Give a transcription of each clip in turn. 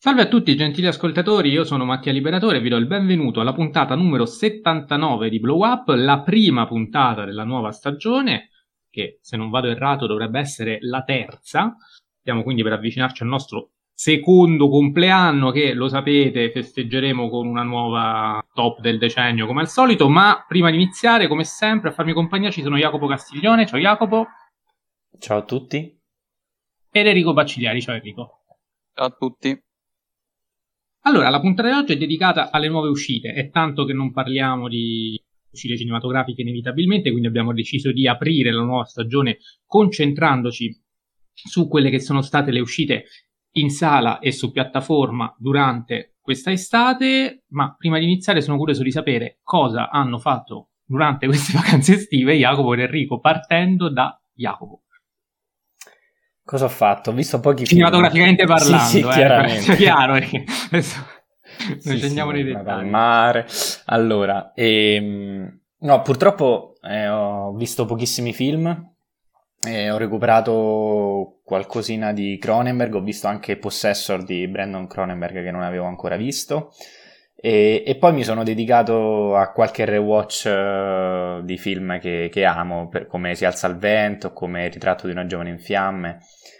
Salve a tutti gentili ascoltatori, io sono Mattia Liberatore e vi do il benvenuto alla puntata numero 79 di Blow Up, la prima puntata della nuova stagione, che se non vado errato dovrebbe essere la terza. Stiamo quindi per avvicinarci al nostro secondo compleanno che, lo sapete, festeggeremo con una nuova top del decennio come al solito, ma prima di iniziare, come sempre, a farmi compagnia ci sono Jacopo Castiglione, ciao Jacopo. Ciao a tutti. Ed Enrico Baccigliari, ciao Enrico. Ciao a tutti. Allora, la puntata di oggi è dedicata alle nuove uscite. È tanto che non parliamo di uscite cinematografiche inevitabilmente, quindi abbiamo deciso di aprire la nuova stagione concentrandoci su quelle che sono state le uscite in sala e su piattaforma durante questa estate. Ma prima di iniziare sono curioso di sapere cosa hanno fatto durante queste vacanze estive Jacopo ed Enrico, partendo da Jacopo. Cosa ho fatto? Ho visto pochi cinematograficamente film. parlando, Sì, chiaramente. È chiaro, perché adesso noi scendiamo nei al dettagli. mare. Allora, no, purtroppo ho visto pochissimi film, ho recuperato qualcosina di Cronenberg, ho visto anche Possessor di Brandon Cronenberg che non avevo ancora visto, e poi mi sono dedicato a qualche rewatch di film che amo, come Si alza il vento, come Ritratto di una giovane in fiamme.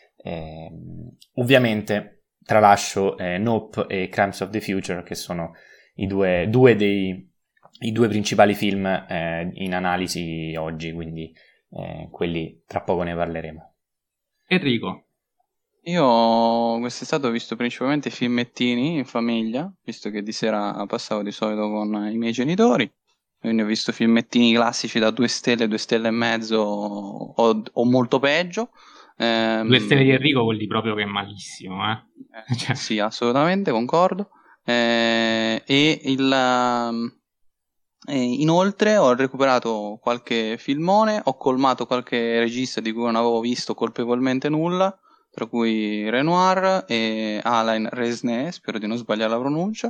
Ovviamente tralascio Nope e Crimes of the Future, che sono i due principali film in analisi oggi, quindi quelli tra poco ne parleremo. Enrico. Io quest'estate ho visto principalmente filmettini in famiglia, visto che di sera passavo di solito con i miei genitori, quindi ho visto filmettini classici da 2 stelle, 2 stelle e mezzo o molto peggio. 2 stelle di Enrico vuol dire proprio che è malissimo, Cioè. Sì, assolutamente, concordo. Inoltre ho recuperato qualche filmone, ho colmato qualche regista di cui non avevo visto colpevolmente nulla, tra cui Renoir e Alain Resnais, spero di non sbagliare la pronuncia.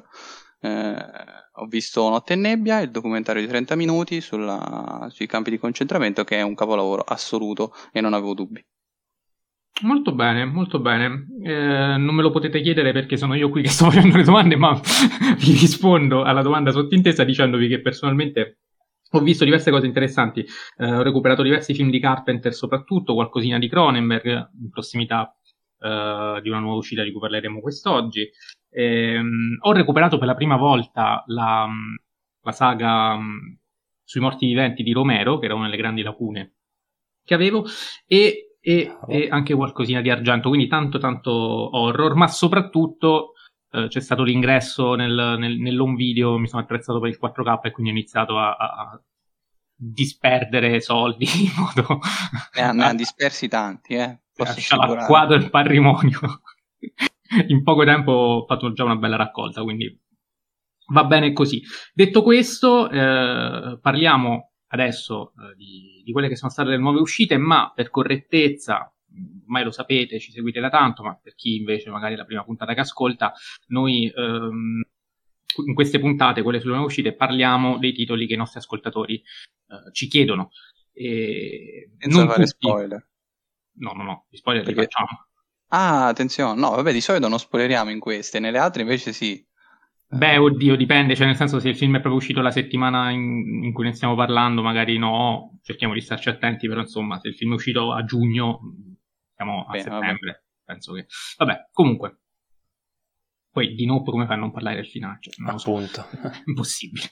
Ho visto Notte e nebbia, il documentario di 30 minuti sui campi di concentramento, che è un capolavoro assoluto e non avevo dubbi. Molto bene, molto bene. Non me lo potete chiedere perché sono io qui che sto facendo le domande, ma vi rispondo alla domanda sottintesa dicendovi che personalmente ho visto diverse cose interessanti. Ho recuperato diversi film di Carpenter, soprattutto qualcosina di Cronenberg, in prossimità di una nuova uscita di cui parleremo quest'oggi. Ho recuperato per la prima volta la saga sui morti viventi di Romero, che era una delle grandi lacune che avevo, e anche qualcosina di Argento, quindi tanto horror, ma soprattutto c'è stato l'ingresso nell'home video, mi sono attrezzato per il 4K e quindi ho iniziato a disperdere soldi in modo... Ne ha dispersi tanti, posso scialacquato il patrimonio. In poco tempo ho fatto già una bella raccolta, quindi va bene così. Detto questo, parliamo adesso di quelle che sono state le nuove uscite, ma per correttezza, ormai lo sapete, ci seguite da tanto, ma per chi invece magari è la prima puntata che ascolta, noi in queste puntate, quelle sulle nuove uscite, parliamo dei titoli che i nostri ascoltatori ci chiedono. Senza non fare tutti... spoiler. No, gli spoiler Perché... li facciamo. Ah, attenzione, no, vabbè, di solito non spoileriamo in queste, nelle altre invece sì. Beh, oddio, dipende, cioè nel senso se il film è proprio uscito la settimana in cui ne stiamo parlando, magari no, cerchiamo di starci attenti, però insomma, se il film è uscito a giugno, siamo a settembre, penso che... Vabbè, comunque, poi di Nope come fai a non parlare del finale? Cioè, non lo so. Appunto. Impossibile.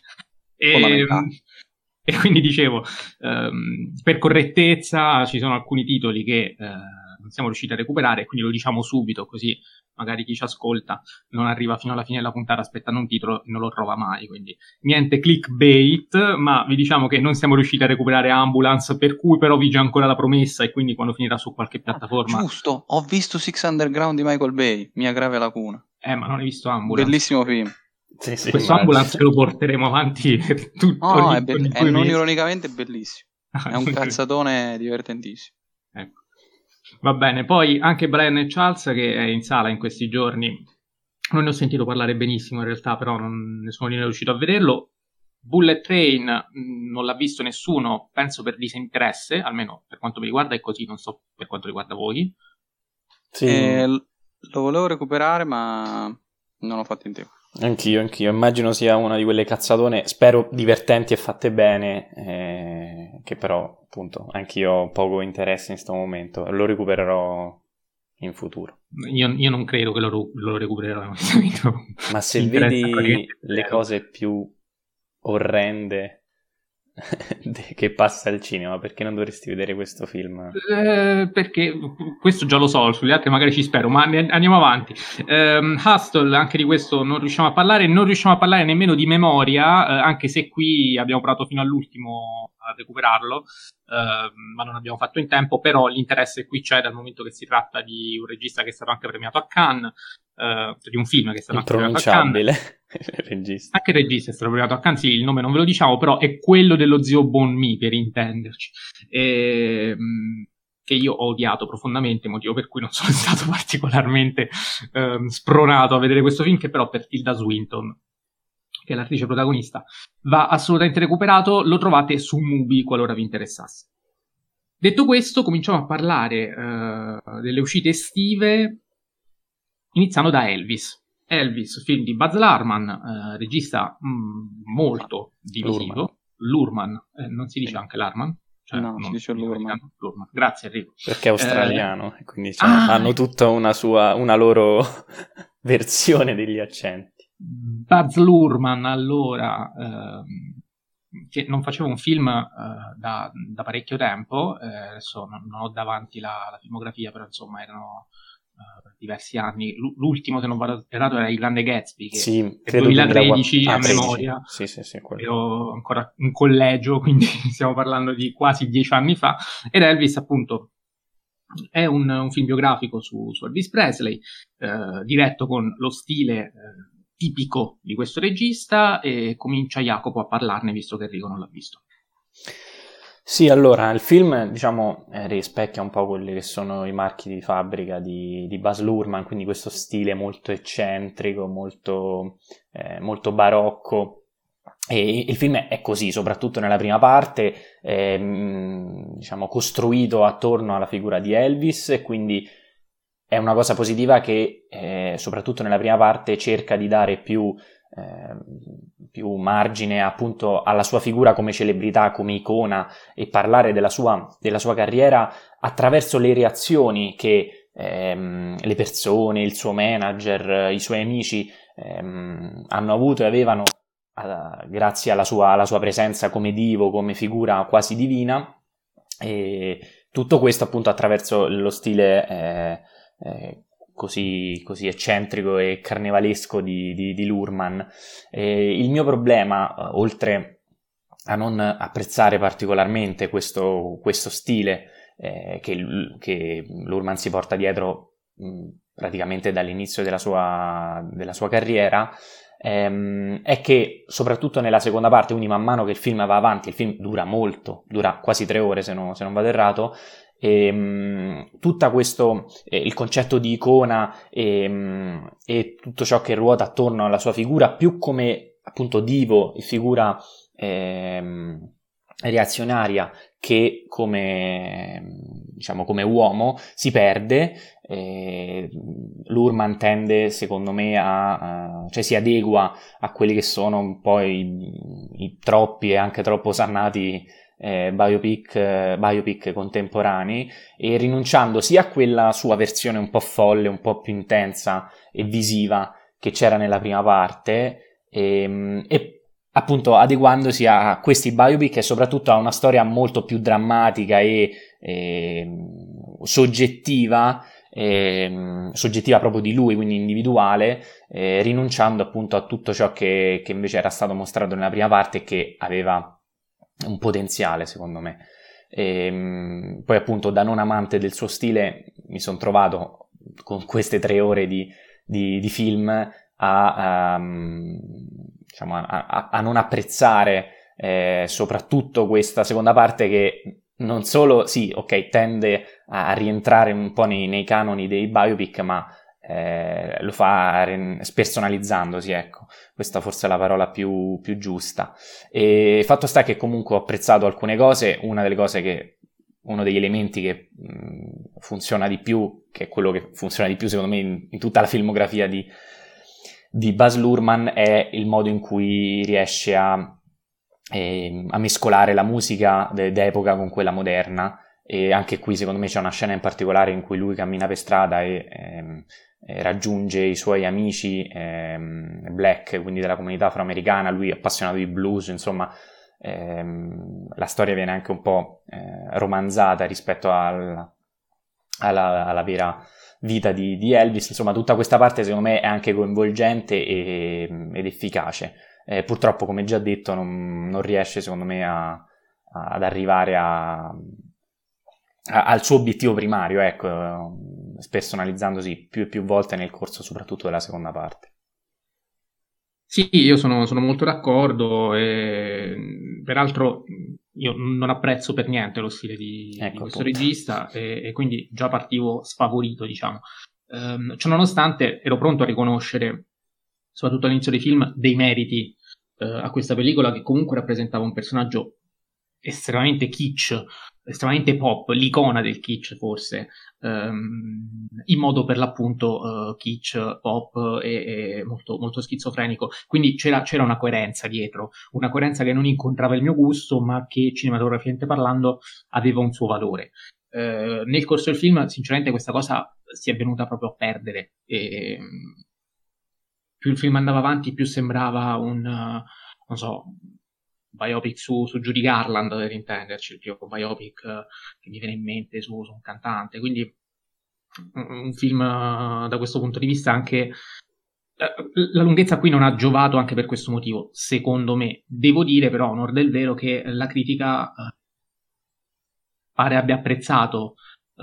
E quindi dicevo, per correttezza ci sono alcuni titoli che non siamo riusciti a recuperare, quindi lo diciamo subito, così magari chi ci ascolta non arriva fino alla fine della puntata aspettando un titolo e non lo trova mai, quindi niente clickbait, ma vi diciamo che non siamo riusciti a recuperare Ambulance, per cui però vige ancora la promessa e quindi quando finirà su qualche piattaforma... Giusto, ho visto Six Underground di Michael Bay, mia grave lacuna. Ma non hai visto Ambulance? Bellissimo film. Sì, questo Ambulance lo porteremo avanti per tutto. No, è non ironicamente bellissimo. È un cazzatone divertentissimo. Ecco. Va bene, poi anche Brian e Charles, che è in sala in questi giorni, non ne ho sentito parlare benissimo in realtà, però nessuno di noi è riuscito a vederlo. Bullet Train non l'ha visto nessuno, penso per disinteresse, almeno per quanto mi riguarda è così, non so per quanto riguarda voi. Sì. Lo volevo recuperare, ma Non ho fatto in tempo. Anch'io. Immagino sia una di quelle cazzatone, spero divertenti e fatte bene, che però, appunto, anch'io ho poco interesse in questo momento. Lo recupererò in futuro. Io non credo che lo recupererò. Ma se vedi le cose più orrende che passa al cinema, perché non dovresti vedere questo film? Perché questo già lo so, sugli altri magari ci spero, ma andiamo avanti. Hustle, anche di questo non riusciamo a parlare nemmeno di memoria, anche se qui abbiamo provato fino all'ultimo a recuperarlo, ma non abbiamo fatto in tempo. Però l'interesse qui c'è, dal momento che si tratta di un regista che è stato anche premiato a Cannes, di un film che è stato anche premiato a Cannes. Regista. Anche il regista è stato premiato a Cannes, sì, il nome non ve lo diciamo, però è quello dello Zio Bon Mi, per intenderci, che io ho odiato profondamente, motivo per cui non sono stato particolarmente spronato a vedere questo film, che però per Tilda Swinton, che è l'attrice protagonista, va assolutamente recuperato. Lo trovate su Mubi qualora vi interessasse. Detto questo, cominciamo a parlare delle uscite estive, iniziando da Elvis, film di Baz Luhrmann, regista molto divisivo. Luhrmann, non si dice anche Luhrmann? Cioè, no, si dice Luhrmann. Grazie Enrico. Perché è australiano, quindi hanno tutta una loro versione degli accenti. Baz Luhrmann, allora, che non faceva un film da parecchio tempo, adesso non ho davanti la filmografia, però insomma erano diversi anni. L'ultimo, se non vado errato, era Il Grande Gatsby, che sì, è 2013 a 13. memoria. Sì, ero ancora in collegio, quindi stiamo parlando di quasi 10 anni fa. Ed Elvis, appunto, è un film biografico su Elvis Presley, diretto con lo stile tipico di questo regista, e comincia Jacopo a parlarne, visto che Enrico non l'ha visto. Sì, allora, il film, diciamo, rispecchia un po' quelli che sono i marchi di fabbrica di Baz Luhrmann, quindi questo stile molto eccentrico, molto barocco. E il film è così, soprattutto nella prima parte, diciamo, costruito attorno alla figura di Elvis, e quindi è una cosa positiva che, soprattutto nella prima parte, cerca di dare più margine appunto alla sua figura come celebrità, come icona, e parlare della sua carriera attraverso le reazioni che le persone, il suo manager, i suoi amici hanno avuto e avevano grazie alla sua presenza come divo, come figura quasi divina, e tutto questo appunto attraverso lo stile così eccentrico e carnevalesco di Luhrmann. Il mio problema, oltre a non apprezzare particolarmente questo stile che Luhrmann si porta dietro praticamente dall'inizio della sua carriera, è che soprattutto nella seconda parte, quindi man mano che il film va avanti, il film dura quasi 3 ore se non vado errato, tutto questo, il concetto di icona e tutto ciò che ruota attorno alla sua figura, più come appunto divo e figura reazionaria che come, diciamo, come uomo, si perde. Luhrmann tende, secondo me, cioè si adegua a quelli che sono un po' i troppi e anche troppo osannati biopic contemporanei, e rinunciando sia a quella sua versione un po' folle, un po' più intensa e visiva che c'era nella prima parte, e appunto adeguandosi a questi biopic e soprattutto a una storia molto più drammatica e soggettiva proprio di lui, quindi individuale, rinunciando appunto a tutto ciò che invece era stato mostrato nella prima parte e che aveva un potenziale, secondo me. Poi appunto, da non amante del suo stile, mi sono trovato con queste 3 ore di film a non apprezzare soprattutto questa seconda parte, che non solo, sì, ok, tende a rientrare un po' nei canoni dei biopic, ma lo fa spersonalizzandosi, ecco, questa forse è la parola più giusta. E fatto sta che comunque ho apprezzato alcune cose. Una delle cose uno degli elementi che funziona di più, che è quello che funziona di più secondo me in tutta la filmografia di di Baz Luhrmann è il modo in cui riesce a mescolare la musica d'epoca con quella moderna, e anche qui secondo me c'è una scena in particolare in cui lui cammina per strada e raggiunge i suoi amici black, quindi della comunità afroamericana, lui è appassionato di blues, insomma la storia viene anche un po' romanzata rispetto alla vera vita di Elvis. Insomma, tutta questa parte secondo me è anche coinvolgente ed efficace. Purtroppo, come già detto, non riesce secondo me ad arrivare al suo obiettivo primario, ecco, spersonalizzandosi più e più volte nel corso soprattutto della seconda parte. Sì, io sono molto d'accordo, e peraltro io non apprezzo per niente lo stile di questo appunto. regista, e quindi già partivo sfavorito, diciamo. Ciononostante ero pronto a riconoscere, soprattutto all'inizio dei film, dei meriti a questa pellicola, che comunque rappresentava un personaggio estremamente kitsch, estremamente pop, l'icona del kitsch forse, in modo per l'appunto kitsch, pop e molto, molto schizofrenico. Quindi c'era una coerenza dietro, una coerenza che non incontrava il mio gusto, ma che cinematograficamente parlando aveva un suo valore. Nel corso del film, sinceramente, questa cosa si è venuta proprio a perdere, e più il film andava avanti, più sembrava non so, biopic su Judy Garland, per intenderci, il più biopic che mi viene in mente su un cantante. Quindi un film da questo punto di vista anche la lunghezza qui non ha giovato anche per questo motivo, secondo me. Devo dire però, a onor del vero, che la critica pare abbia apprezzato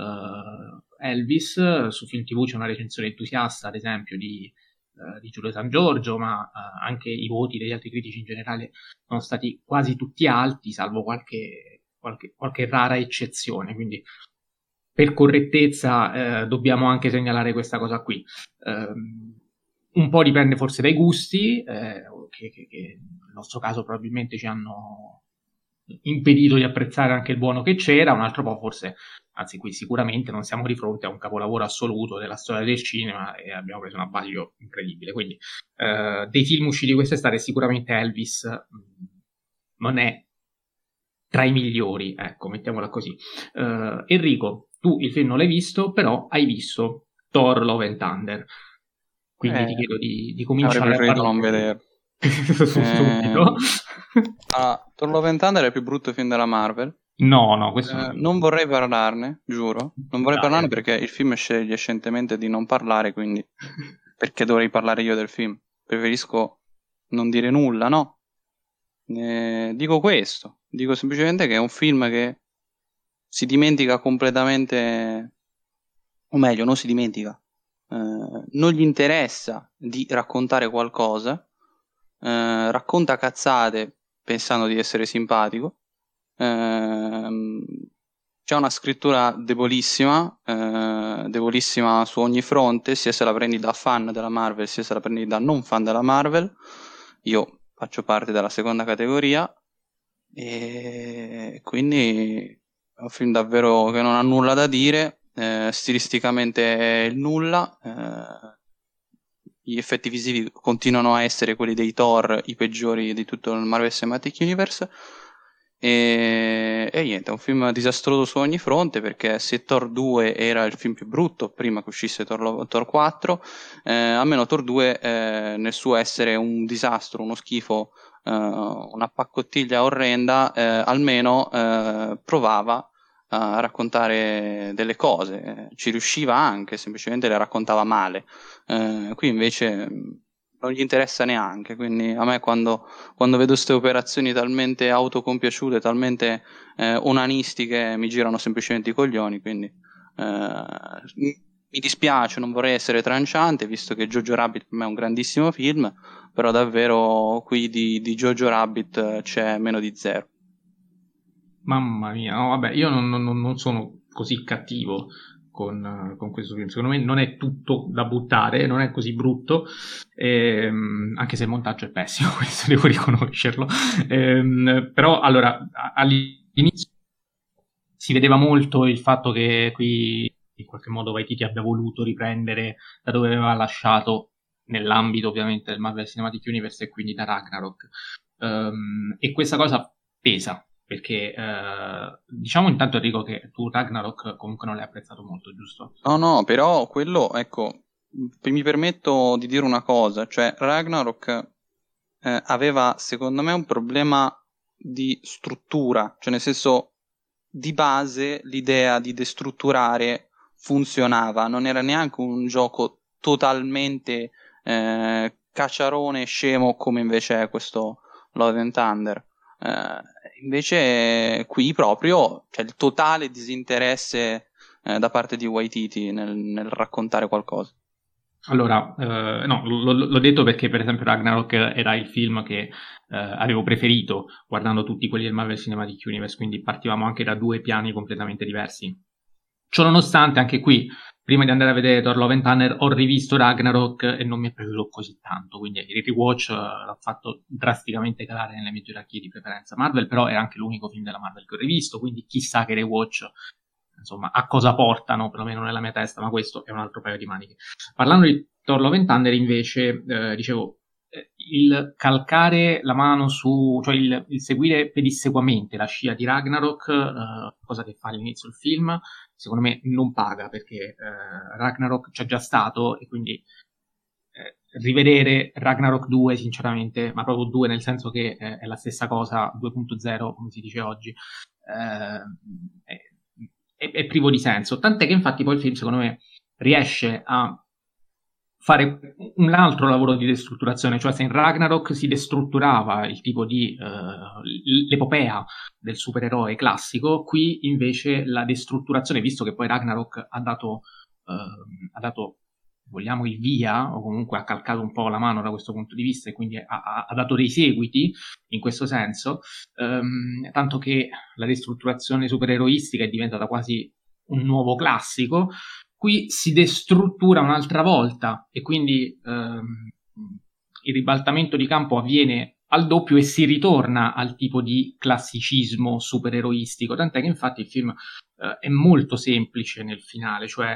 Elvis. Su Film TV c'è una recensione entusiasta, ad esempio, di Giulio San Giorgio, ma anche i voti degli altri critici in generale sono stati quasi tutti alti, salvo qualche rara eccezione. Quindi, per correttezza, dobbiamo anche segnalare questa cosa qui. Un po' dipende forse dai gusti, che nel nostro caso probabilmente ci hanno impedito di apprezzare anche il buono che c'era. Un altro po' forse, anzi qui sicuramente non siamo di fronte a un capolavoro assoluto della storia del cinema, e abbiamo preso un abbaglio incredibile. Quindi dei film usciti quest'estate sicuramente Elvis non è tra i migliori, ecco, mettiamola così. Enrico, tu il film non l'hai visto, però hai visto Thor Love and Thunder, quindi ti chiedo di cominciare avrei a preferito parlare non vederlo. subito. Thor Love and Thunder è il più brutto film della Marvel. No, questo Non vorrei parlarne, giuro. Non vorrei Dai. parlarne perché il film sceglie scientemente di non parlare, quindi perché dovrei parlare io del film? Preferisco non dire nulla, no? Dico questo. Dico semplicemente che è un film che si dimentica completamente, o meglio, non si dimentica. Non gli interessa di raccontare qualcosa, racconta cazzate pensando di essere simpatico. C'è una scrittura debolissima su ogni fronte, sia se la prendi da fan della Marvel sia se la prendi da non fan della Marvel. Io faccio parte della seconda categoria, e quindi è un film davvero che non ha nulla da dire. Stilisticamente è il nulla. Gli effetti visivi continuano a essere quelli dei Thor, i peggiori di tutto il Marvel Cinematic Universe. E niente, è un film disastroso su ogni fronte, perché se Thor 2 era il film più brutto prima che uscisse Thor 4, almeno Thor 2 nel suo essere un disastro, uno schifo, una paccottiglia orrenda, almeno provava a raccontare delle cose, ci riusciva anche, semplicemente le raccontava male. Qui invece non gli interessa neanche, quindi a me quando vedo queste operazioni talmente autocompiaciute, talmente onanistiche, mi girano semplicemente i coglioni. Quindi mi dispiace, non vorrei essere tranciante, visto che Jojo Rabbit per me è un grandissimo film, però davvero qui di Jojo Rabbit c'è meno di zero. Mamma mia, no, vabbè, io non sono così cattivo con questo film. Secondo me non è tutto da buttare, non è così brutto, anche se il montaggio è pessimo, questo devo riconoscerlo. Però, allora, all'inizio si vedeva molto il fatto che qui in qualche modo Waititi abbia voluto riprendere da dove aveva lasciato nell'ambito ovviamente del Marvel Cinematic Universe e quindi da Ragnarok. E questa cosa pesa, perché diciamo intanto, Enrico, che tu Ragnarok comunque non l'hai apprezzato molto, giusto? No, però quello, ecco, mi permetto di dire una cosa, cioè Ragnarok aveva secondo me un problema di struttura, cioè nel senso, di base l'idea di destrutturare funzionava, non era neanche un gioco totalmente cacciarone e scemo come invece è questo Love and Thunder. Invece qui proprio c'è il totale disinteresse da parte di Waititi nel raccontare qualcosa. Allora, no, l'ho detto perché per esempio Ragnarok era il film che avevo preferito guardando tutti quelli del Marvel Cinematic Universe, quindi partivamo anche da due piani completamente diversi. Ciononostante, anche qui, prima di andare a vedere Thor Love and Thunder, ho rivisto Ragnarok e non mi è piaciuto così tanto, quindi il rewatch l'ha fatto drasticamente calare nelle mie gerarchie di preferenza. Marvel però è anche l'unico film della Marvel che ho rivisto, quindi chissà che rewatch, insomma, a cosa portano, perlomeno nella mia testa, ma questo è un altro paio di maniche. Parlando di Thor Love and Thunder, invece, dicevo, il calcare la mano su, cioè il seguire pedissequamente la scia di Ragnarok, cosa che fa all'inizio il film, secondo me non paga, perché Ragnarok c'è già stato e quindi rivedere Ragnarok 2 sinceramente, ma proprio 2 nel senso che è la stessa cosa, 2.0 come si dice oggi, è privo di senso, tant'è che infatti poi il film secondo me riesce a fare un altro lavoro di destrutturazione, cioè se in Ragnarok si destrutturava il tipo di l'epopea del supereroe classico, qui invece la destrutturazione, visto che poi Ragnarok ha dato vogliamo il via, o comunque ha calcato un po' la mano da questo punto di vista e quindi ha dato dei seguiti in questo senso, tanto che la destrutturazione supereroistica è diventata quasi un nuovo classico. Qui si destruttura un'altra volta e quindi il ribaltamento di campo avviene al doppio e si ritorna al tipo di classicismo supereroistico, tant'è che infatti il film è molto semplice nel finale, cioè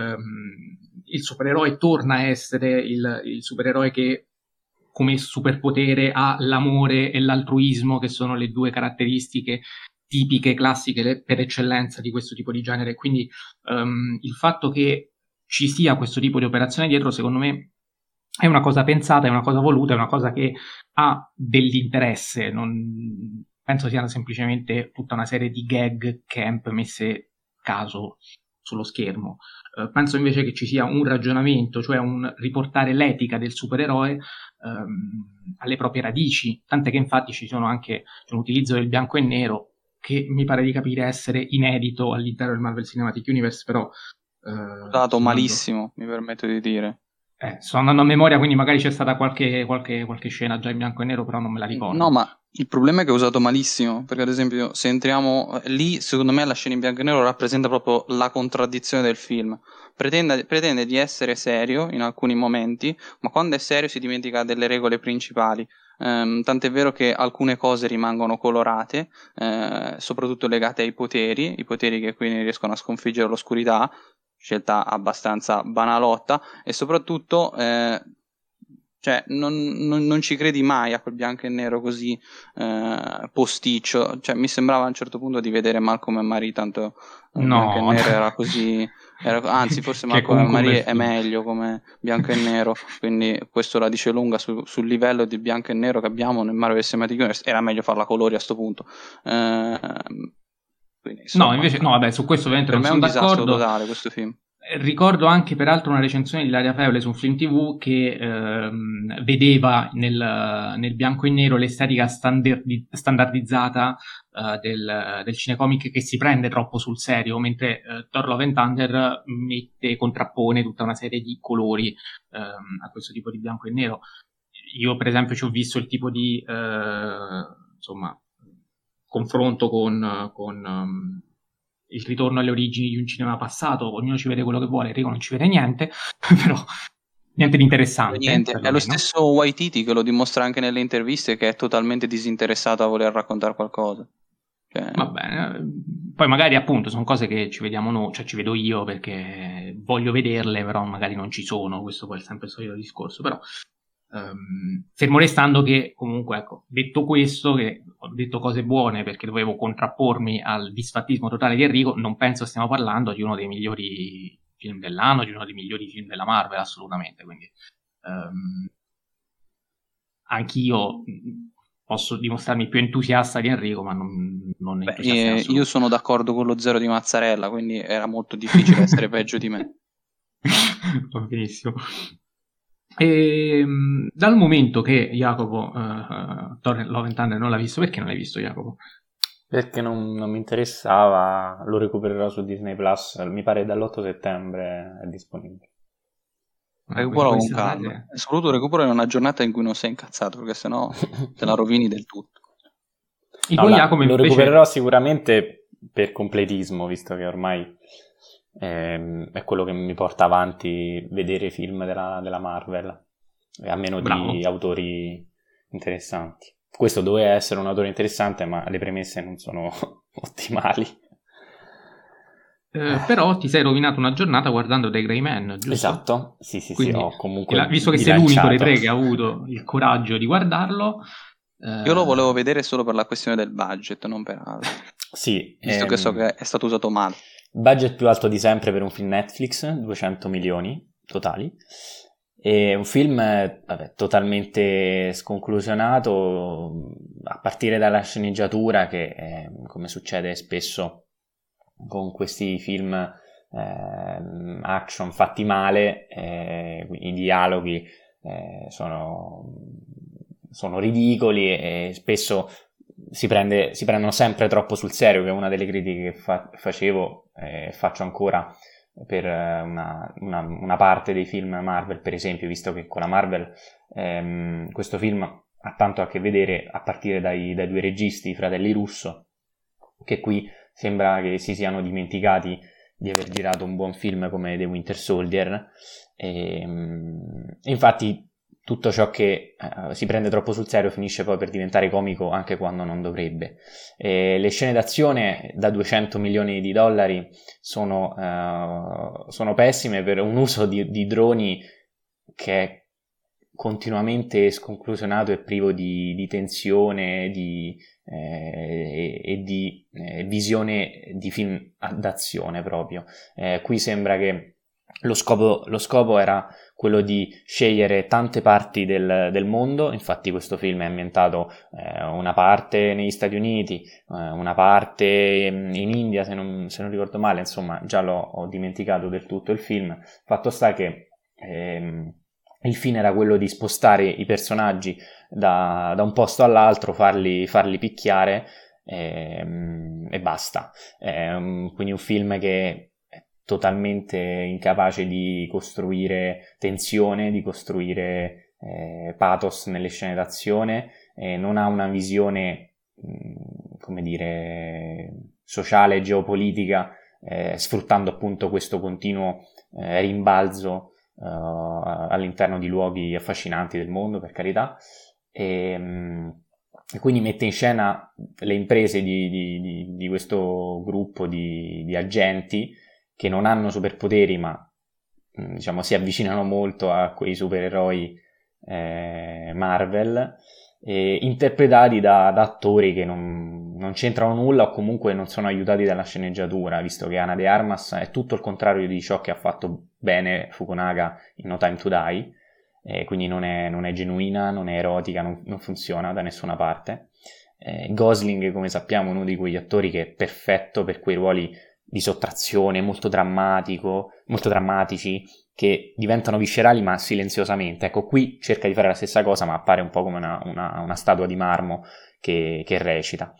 il supereroe torna a essere il supereroe che come superpotere ha l'amore e l'altruismo, che sono le due caratteristiche tipiche, classiche per eccellenza di questo tipo di genere. Quindi il fatto che ci sia questo tipo di operazione dietro, secondo me, è una cosa pensata, è una cosa voluta, è una cosa che ha dell'interesse. Non penso siano semplicemente tutta una serie di gag camp messe caso sullo schermo. Penso invece che ci sia un ragionamento, cioè un riportare l'etica del supereroe alle proprie radici, tant'è che infatti c'è un utilizzo del bianco e nero che mi pare di capire essere inedito all'interno del Marvel Cinematic Universe, però Dato malissimo, mi permetto di dire. Sto andando a memoria, quindi magari c'è stata qualche scena già in bianco e nero, però non me la ricordo. No, ma il problema è che è usato malissimo, perché ad esempio se entriamo lì, secondo me la scena in bianco e nero rappresenta proprio la contraddizione del film. Pretende di essere serio in alcuni momenti, ma quando è serio si dimentica delle regole principali. Tant'è vero che alcune cose rimangono colorate, soprattutto legate ai poteri, i poteri che quindi riescono a sconfiggere l'oscurità, scelta abbastanza banalotta, e soprattutto cioè non ci credi mai a quel bianco e nero così posticcio. Cioè mi sembrava a un certo punto di vedere Malcolm e Marie, tanto bianco e nero era così, anzi forse Malcolm e Marie è meglio come bianco e nero, quindi questo la dice lunga sul livello di bianco e nero che abbiamo nel Marvel Cinematic Universe. Era meglio farla a colori a sto punto. Quindi, insomma, no, invece no, vabbè, su questo ovviamente per non me è un sono disastro d'accordo. totale questo film. Ricordo anche peraltro una recensione di Ilaria Feole su un film TV che vedeva nel bianco e nero l'estetica standardizzata del cinecomic, che si prende troppo sul serio, mentre Thor Love and Thunder contrappone tutta una serie di colori a questo tipo di bianco e nero. Io per esempio ci ho visto il tipo di insomma confronto con il ritorno alle origini di un cinema passato. Ognuno ci vede quello che vuole, Enrico non ci vede niente, però niente di interessante. Niente, è lo stesso Waititi che lo dimostra anche nelle interviste, che è totalmente disinteressato a voler raccontare qualcosa. Va bene, Poi magari appunto sono cose che ci vediamo noi, cioè ci vedo io perché voglio vederle, però magari non ci sono, questo poi è sempre il solito discorso, però fermo restando che comunque, ecco, detto questo, che ho detto cose buone perché dovevo contrappormi al disfattismo totale di Enrico, non penso stiamo parlando di uno dei migliori film dell'anno, di uno dei migliori film della Marvel, assolutamente, quindi anch'io posso dimostrarmi più entusiasta di Enrico, ma non entusiasta in assoluto. Io sono d'accordo con lo zero di Mazzarella, quindi era molto difficile essere peggio di me. Va benissimo. E, dal momento che Jacopo Thor Love and Thunder non l'ha visto, perché non l'hai visto, Jacopo? Perché non mi interessava, lo recupererò su Disney Plus, mi pare dall'8 settembre è disponibile. Recupero con calma. E soprattutto recupero in una giornata in cui non sei incazzato, perché sennò te la rovini del tutto. Lo recupererò sicuramente per completismo, visto che ormai è quello che mi porta avanti vedere film della Marvel, a meno di autori interessanti. Questo doveva essere un autore interessante, ma le premesse non sono ottimali. Però ti sei rovinato una giornata guardando The Gray Man, giusto? Esatto, sì, quindi, ho comunque visto che sei l'unico dei tre che ha avuto il coraggio di guardarlo. Io lo volevo vedere solo per la questione del budget, non per altro. Sì. Visto che so che è stato usato male. Budget più alto di sempre per un film Netflix, 200 milioni totali. È un film totalmente sconclusionato, a partire dalla sceneggiatura che, come succede spesso con questi film action fatti male, i dialoghi sono ridicoli e spesso si prendono sempre troppo sul serio, che è una delle critiche che facevo e faccio ancora per una parte dei film Marvel, per esempio, visto che con la Marvel questo film ha tanto a che vedere a partire dai due registi, i fratelli Russo, che qui sembra che si siano dimenticati di aver girato un buon film come The Winter Soldier. Infatti tutto ciò che si prende troppo sul serio finisce poi per diventare comico anche quando non dovrebbe. Le scene d'azione da 200 milioni di dollari sono pessime per un uso di droni che è continuamente sconclusionato e privo di tensione e di visione di film d'azione proprio. Qui sembra che lo scopo era quello di scegliere tante parti del mondo. Infatti questo film è ambientato una parte negli Stati Uniti, una parte in India, se non ricordo male, insomma già ho dimenticato del tutto il film. Fatto sta che il fine era quello di spostare i personaggi da un posto all'altro, farli picchiare e basta. Quindi un film che è totalmente incapace di costruire tensione, di costruire pathos nelle scene d'azione, non ha una visione, come dire, sociale e geopolitica, sfruttando appunto questo continuo rimbalzo all'interno di luoghi affascinanti del mondo, per carità, e quindi mette in scena le imprese di questo gruppo di agenti che non hanno superpoteri, ma diciamo si avvicinano molto a quei supereroi Marvel, interpretati da attori che non c'entrano nulla o comunque non sono aiutati dalla sceneggiatura, visto che Ana de Armas è tutto il contrario di ciò che ha fatto bene Fukunaga in No Time to Die, quindi non è genuina, non è erotica, non funziona da nessuna parte. Gosling, come sappiamo, è uno di quegli attori che è perfetto per quei ruoli di sottrazione, molto drammatici, che diventano viscerali ma silenziosamente. Ecco, qui cerca di fare la stessa cosa, ma appare un po' come una statua di marmo che recita.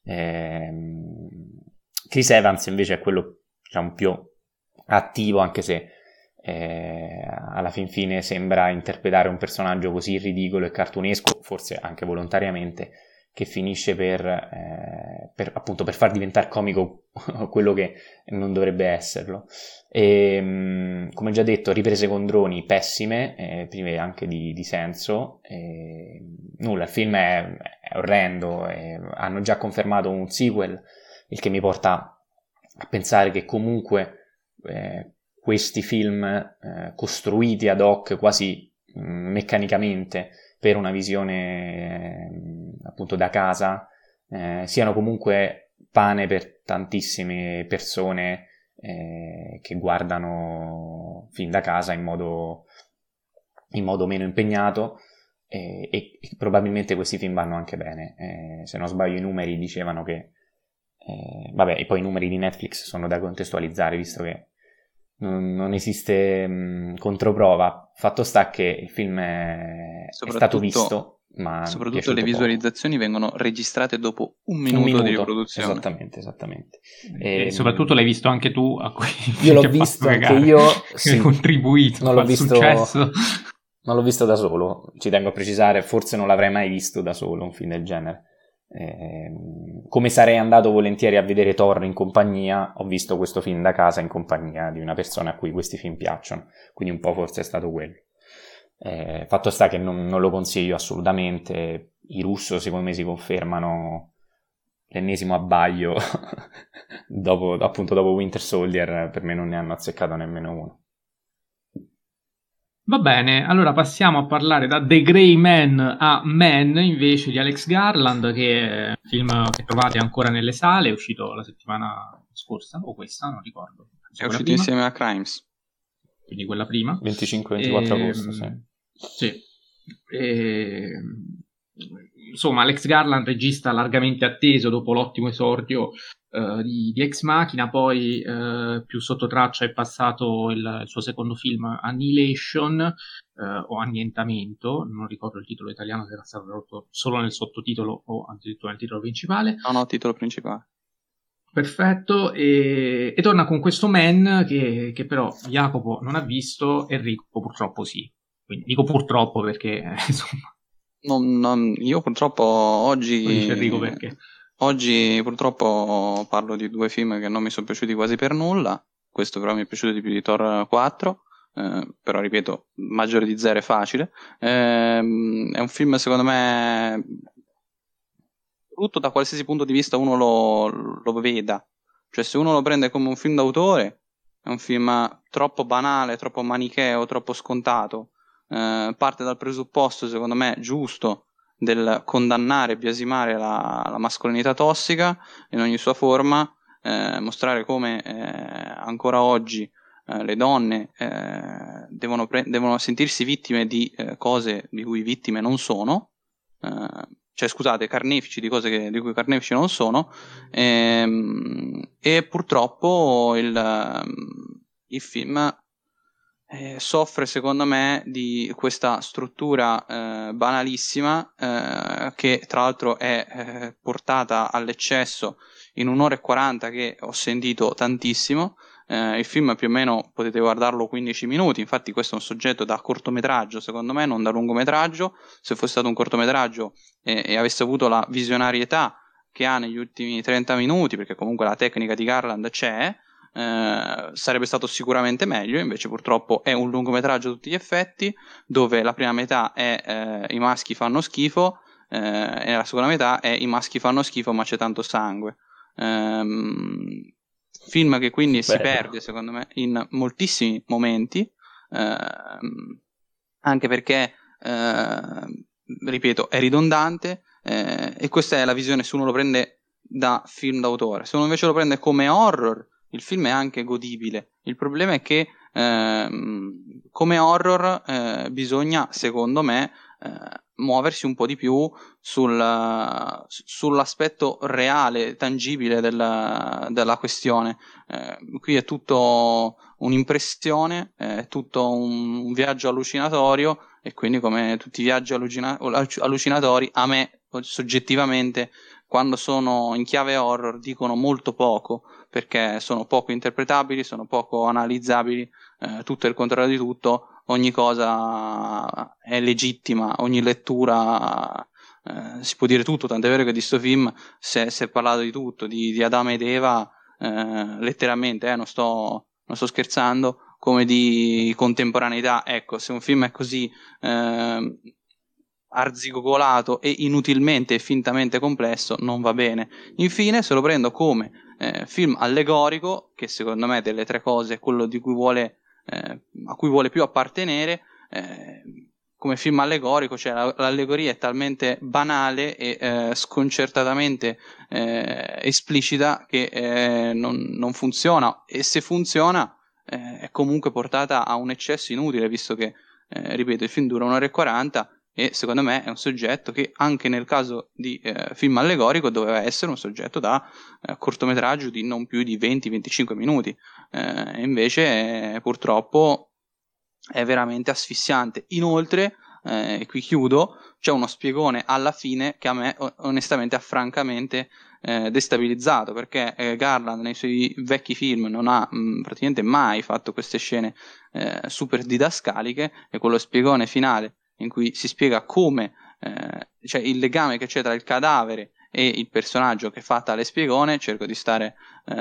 Chris Evans invece è quello, diciamo, più attivo, anche se alla fin fine sembra interpretare un personaggio così ridicolo e cartunesco, forse anche volontariamente, che finisce per far diventare comico quello che non dovrebbe esserlo. Come già detto, riprese con droni pessime, prive anche di senso. Nulla, il film è orrendo, hanno già confermato un sequel, il che mi porta a pensare che comunque questi film costruiti ad hoc quasi meccanicamente per una visione appunto da casa siano comunque pane per tantissime persone che guardano film da casa in modo meno impegnato, e probabilmente questi film vanno anche bene. Se non sbaglio i numeri dicevano che vabbè, e poi i numeri di Netflix sono da contestualizzare, visto che non esiste controprova. Fatto sta che il film è stato visto, ma soprattutto le visualizzazioni vengono registrate dopo un minuto di riproduzione. Esattamente. E soprattutto l'hai visto anche tu, a cui io l'ho visto anche io, sì, contribuito al successo. Non l'ho visto da solo, ci tengo a precisare, forse non l'avrei mai visto da solo un film del genere. Come sarei andato volentieri a vedere Thor in compagnia, ho visto questo film da casa in compagnia di una persona a cui questi film piacciono, quindi un po' forse è stato quello. Fatto sta che non lo consiglio assolutamente. I Russo secondo me si confermano l'ennesimo abbaglio dopo Winter Soldier, per me non ne hanno azzeccato nemmeno uno. Va bene, allora passiamo a parlare da The Gray Man a Man invece di Alex Garland, che è un film che trovate ancora nelle sale, è uscito la settimana scorsa o questa, non ricordo. È uscito insieme a Crimes. Quindi quella prima. 25-24 agosto, sì. Sì. Insomma, Alex Garland, regista largamente atteso dopo l'ottimo esordio di Ex Machina, poi più sotto traccia è passato il suo secondo film Annihilation o Annientamento, non ricordo il titolo italiano, se era stato tradotto solo nel sottotitolo o addirittura nel titolo principale. No, titolo principale. Perfetto, e torna con questo Man che però Jacopo non ha visto, Enrico purtroppo sì. Quindi dico purtroppo perché insomma. Io purtroppo oggi. Dice Enrico perché. Oggi purtroppo parlo di due film che non mi sono piaciuti quasi per nulla. Questo però mi è piaciuto di più di Thor 4. Però ripeto, maggiore di 0 è facile. È un film secondo me brutto da qualsiasi punto di vista uno lo veda. Cioè, se uno lo prende come un film d'autore, è un film troppo banale, troppo manicheo, troppo scontato. Parte dal presupposto, secondo me, giusto del condannare e biasimare la mascolinità tossica in ogni sua forma, mostrare come ancora oggi le donne devono sentirsi vittime di cose di cui vittime non sono, cioè scusate, carnefici di cose di cui carnefici non sono, e purtroppo il film soffre secondo me di questa struttura banalissima che tra l'altro è portata all'eccesso in 1 ora e 40 che ho sentito tantissimo. Il film più o meno potete guardarlo 15 minuti, infatti questo è un soggetto da cortometraggio secondo me, non da lungometraggio. Se fosse stato un cortometraggio e avesse avuto la visionarietà che ha negli ultimi 30 minuti, perché comunque la tecnica di Garland c'è, sarebbe stato sicuramente meglio. Invece purtroppo è un lungometraggio a tutti gli effetti, dove la prima metà è i maschi fanno schifo e la seconda metà è i maschi fanno schifo ma c'è tanto sangue. Film che quindi si perde secondo me in moltissimi momenti, anche perché ripeto è ridondante, e questa è la visione se uno lo prende da film d'autore. Se uno invece lo prende come horror, il film è anche godibile. Il problema è che come horror bisogna, secondo me, muoversi un po' di più sull'aspetto reale, tangibile della questione. Qui è tutto un'impressione, è tutto un viaggio allucinatorio, e quindi come tutti i viaggi allucinatori, a me soggettivamente, quando sono in chiave horror, dicono molto poco, perché sono poco interpretabili, sono poco analizzabili, tutto è il contrario di tutto, ogni cosa è legittima, ogni lettura si può dire tutto, tant'è vero che di sto film si è parlato di tutto, di Adamo ed Eva, letteralmente, non sto scherzando, come di contemporaneità. Ecco, se un film è così arzigogolato e inutilmente e fintamente complesso, non va bene. Infine, se lo prendo come film allegorico, che secondo me delle tre cose è quello di cui a cui vuole più appartenere. Come film allegorico, cioè l'allegoria è talmente banale e sconcertatamente esplicita che non funziona, e se funziona è comunque portata a un eccesso inutile, visto che, ripeto, il film dura 1 ora e 40 e secondo me è un soggetto che anche nel caso di film allegorico doveva essere un soggetto da cortometraggio di non più di 20-25 minuti, invece purtroppo è veramente asfissiante. Inoltre, e qui chiudo, c'è uno spiegone alla fine che a me onestamente ha francamente destabilizzato, perché Garland nei suoi vecchi film non ha praticamente mai fatto queste scene super didascaliche, e quello spiegone finale in cui si spiega come cioè il legame che c'è tra il cadavere e il personaggio che fa tale spiegone, cerco di stare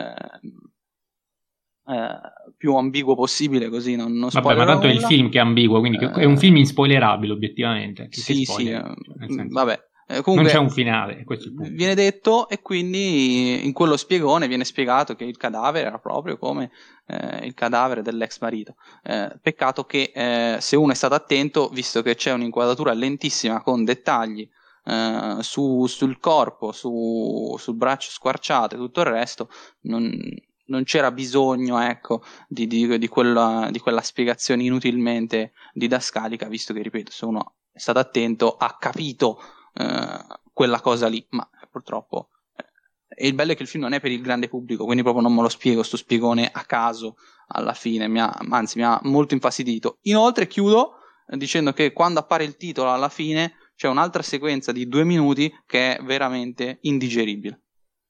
più ambiguo possibile, così non Vabbè, ma tanto nulla. è il film che è ambiguo, quindi è un film inspoilerabile obiettivamente. Sì, vabbè. Comunque, non c'è un finale, questo è il punto. Viene detto, e quindi in quello spiegone viene spiegato che il cadavere era proprio come il cadavere dell'ex marito. Peccato che se uno è stato attento, visto che c'è un'inquadratura lentissima con dettagli sul corpo, sul braccio squarciato e tutto il resto, non c'era bisogno, ecco, di quella spiegazione inutilmente didascalica, visto che, ripeto, se uno è stato attento ha capito quella cosa lì, ma purtroppo e il bello è che il film non è per il grande pubblico, quindi proprio non me lo spiego sto spiegone a caso alla fine, anzi mi ha molto infastidito. Inoltre chiudo dicendo che quando appare il titolo alla fine c'è un'altra sequenza di 2 minuti che è veramente indigeribile.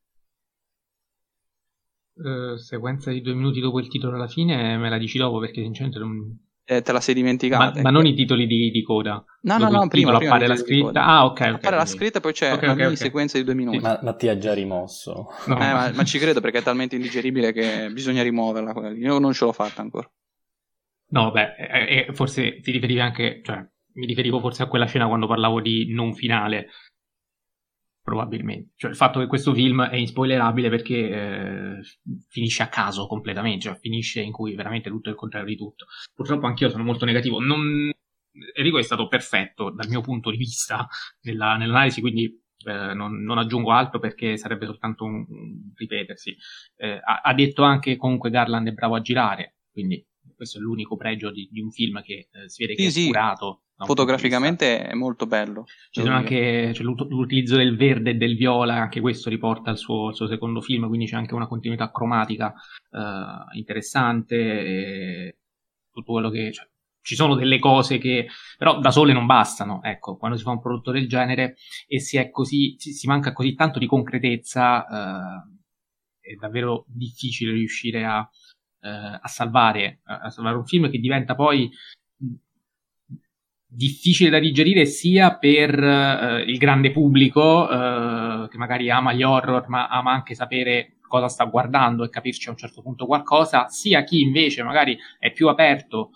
Sequenza di 2 minuti dopo il titolo alla fine me la dici dopo, perché sinceramente non... te la sei dimenticata. Ma non i titoli di coda? No, prima appare la scritta. Ah, ok. Appare la scritta, poi c'è una mini sequenza di 2 minuti. Ma ti ha già rimosso. No. Ma ci credo, perché è talmente indigeribile che bisogna rimuoverla quella lì. Io non ce l'ho fatta ancora. No, beh, forse ti riferivi anche, cioè, mi riferivo forse a quella scena quando parlavo di non finale, probabilmente. Cioè il fatto che questo film è inspoilerabile perché finisce a caso completamente, cioè finisce in cui veramente tutto è il contrario di tutto. Purtroppo anch'io sono molto negativo. Enrico è stato perfetto dal mio punto di vista nell'analisi, quindi non aggiungo altro, perché sarebbe soltanto un ripetersi. Ha detto anche comunque Garland è bravo a girare, quindi questo è l'unico pregio di un film che si vede che è curato. Fotograficamente è molto bello. Ci sono anche l'utilizzo del verde e del viola, anche questo riporta al suo secondo film, quindi c'è anche una continuità cromatica interessante, e tutto quello che... Cioè, ci sono delle cose che però da sole non bastano, ecco, quando si fa un prodotto del genere e si manca così tanto di concretezza, è davvero difficile riuscire a salvare un film che diventa poi difficile da digerire sia per il grande pubblico che magari ama gli horror ma ama anche sapere cosa sta guardando e capirci a un certo punto qualcosa, sia chi invece magari è più aperto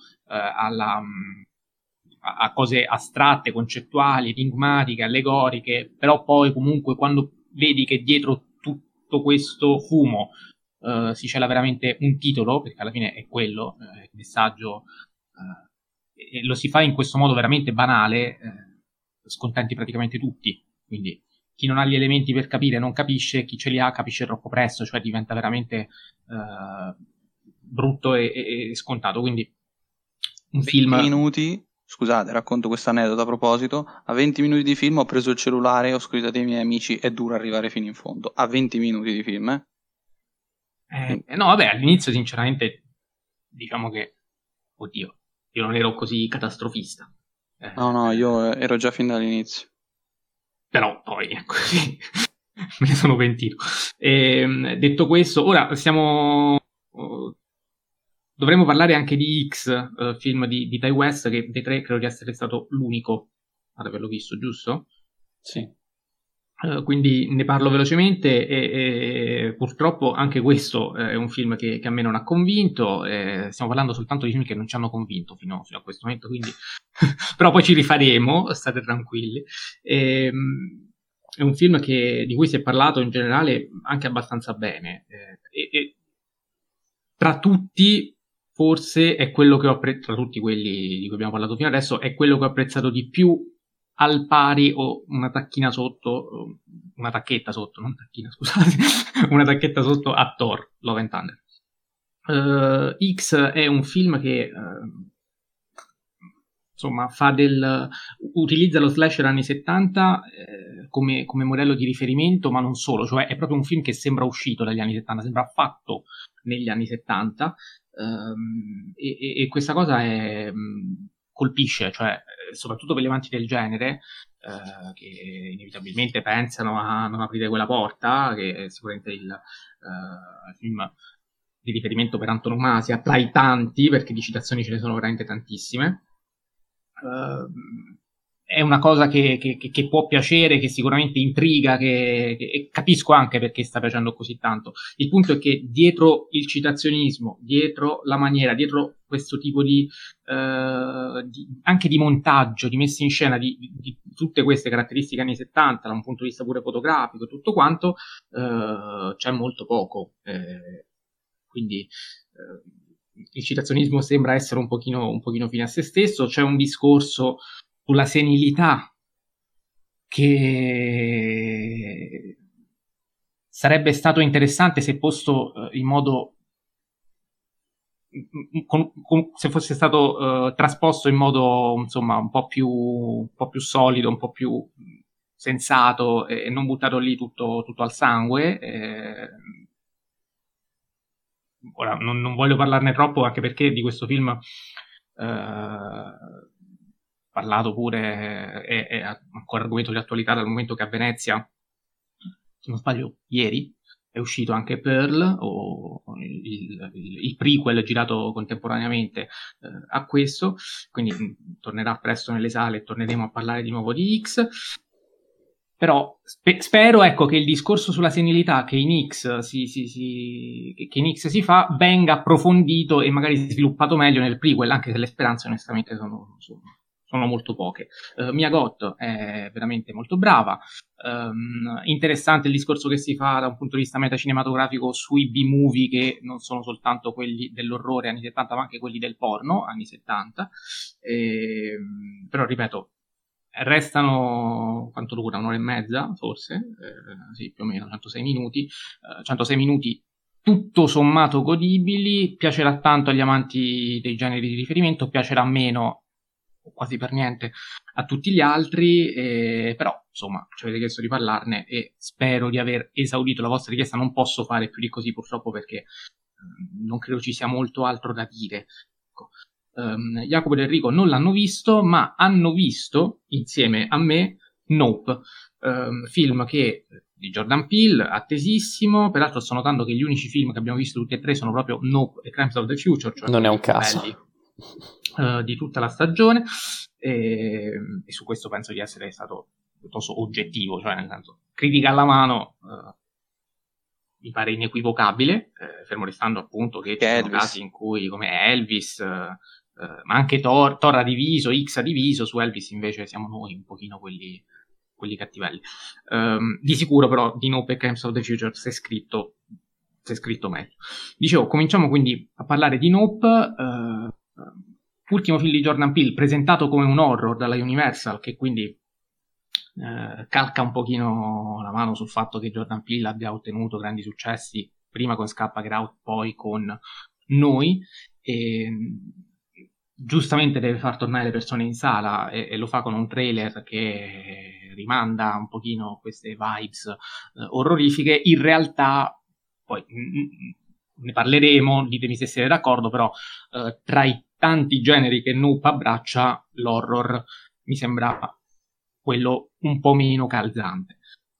a cose astratte, concettuali, enigmatiche, allegoriche, però poi comunque quando vedi che dietro tutto questo fumo si cela veramente un titolo, perché alla fine è quello il messaggio, e lo si fa in questo modo veramente banale, scontenti praticamente tutti. Quindi chi non ha gli elementi per capire non capisce, chi ce li ha capisce troppo presto, cioè diventa veramente brutto e scontato. Quindi un 20 film... minuti, scusate, racconto questo aneddoto a proposito. A 20 minuti di film ho preso il cellulare, ho scritto ai miei amici: è duro arrivare fino in fondo. A 20 minuti di film, no, vabbè, all'inizio sinceramente diciamo che, oddio, io non ero così catastrofista. No, io ero già fin dall'inizio. Però poi così me ne sono pentito. Detto questo, ora dovremmo parlare anche di X, film di Ty West, che dei tre credo di essere stato l'unico ad averlo visto, giusto? Sì. Quindi ne parlo velocemente e purtroppo anche questo è un film che a me non ha convinto. Stiamo parlando soltanto di film che non ci hanno convinto fino a questo momento, quindi però poi ci rifaremo, state tranquilli. è un film di cui si è parlato in generale anche abbastanza bene, e tra tutti forse è quello che ho apprezzato, tra tutti quelli di cui abbiamo parlato fino adesso, è quello che ho apprezzato di più, al pari o una tacchina sotto, una tacchetta sotto, non tacchina, scusate, una tacchetta sotto a Thor, Love and Thunder. X è un film che insomma utilizza lo slasher anni 70 come modello di riferimento, ma non solo, cioè è proprio un film che sembra uscito dagli anni 70, sembra fatto negli anni 70, e questa cosa colpisce, cioè soprattutto per gli amanti del genere, che inevitabilmente pensano a Non aprire quella porta, che è sicuramente il film di riferimento per antonomasia, tra i tanti, perché di citazioni ce ne sono veramente tantissime. È una cosa che può piacere, che sicuramente intriga, e capisco anche perché sta piacendo così tanto. Il punto è che dietro il citazionismo, dietro la maniera, dietro questo tipo anche di montaggio, di messa in scena di tutte queste caratteristiche anni 70, da un punto di vista pure fotografico, tutto quanto, c'è molto poco. Quindi il citazionismo sembra essere un pochino fine a se stesso. C'è un discorso sulla senilità che sarebbe stato interessante se posto in modo se fosse stato trasposto in modo insomma un po' più solido, un po' più sensato, e non buttato lì tutto al sangue. Ora non voglio parlarne troppo, anche perché di questo film parlato pure, è ancora argomento di attualità, dal momento che a Venezia, se non sbaglio ieri, è uscito anche Pearl, o il prequel girato contemporaneamente a questo, quindi tornerà presto nelle sale e torneremo a parlare di nuovo di X. Però spero, ecco, che il discorso sulla senilità che in X si fa venga approfondito e magari sviluppato meglio nel prequel, anche se le speranze onestamente sono molto poche. Mia Goth è veramente molto brava. Interessante il discorso che si fa da un punto di vista metacinematografico sui B-movie, che non sono soltanto quelli dell'orrore anni 70, ma anche quelli del porno anni 70. Però ripeto, restano, quanto dura? Un'ora e mezza, forse? Sì, più o meno, 106 minuti. 106 minuti tutto sommato godibili. Piacerà tanto agli amanti dei generi di riferimento, piacerà meno, o quasi per niente, a tutti gli altri, però, insomma, ci avete chiesto di parlarne e spero di aver esaudito la vostra richiesta. Non posso fare più di così, purtroppo, perché non credo ci sia molto altro da dire. Ecco. Jacopo ed Enrico non l'hanno visto, ma hanno visto insieme a me Nope, film di Jordan Peele, attesissimo. Peraltro sto notando che gli unici film che abbiamo visto tutti e tre sono proprio Nope e Crimes of the Future, cioè non è un caso, di tutta la stagione, e su questo penso di essere stato piuttosto oggettivo, cioè nel senso, critica alla mano, mi pare inequivocabile, fermo restando appunto che ci sono casi in cui, come Elvis, ma anche Thor ha diviso, X ha diviso, su Elvis invece siamo noi un pochino quelli cattivelli. Di sicuro però di Nope e Crimes of the Future si è scritto meglio. Dicevo, cominciamo quindi a parlare di Nope, ultimo film di Jordan Peele presentato come un horror dalla Universal, che quindi calca un pochino la mano sul fatto che Jordan Peele abbia ottenuto grandi successi prima con Scappa Get Out, poi con Noi, e giustamente deve far tornare le persone in sala, e lo fa con un trailer che rimanda un pochino queste vibes orrorifiche. In realtà poi ne parleremo, ditemi se siete d'accordo, però tra i tanti generi che Nope abbraccia, l'horror mi sembra quello un po' meno calzante.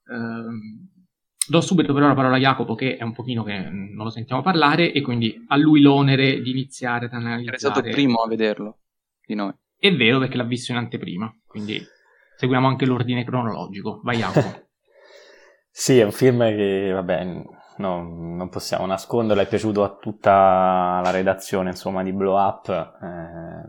Do subito però la parola a Jacopo, che è un pochino che non lo sentiamo parlare, e quindi a lui l'onere di iniziare ad analizzare. È stato il primo a vederlo di noi. È vero, perché l'ha visto in anteprima, quindi seguiamo anche l'ordine cronologico. Vai Jacopo. Sì, è un film che, vabbè, non possiamo nasconderlo, è piaciuto a tutta la redazione, insomma, di Blow Up.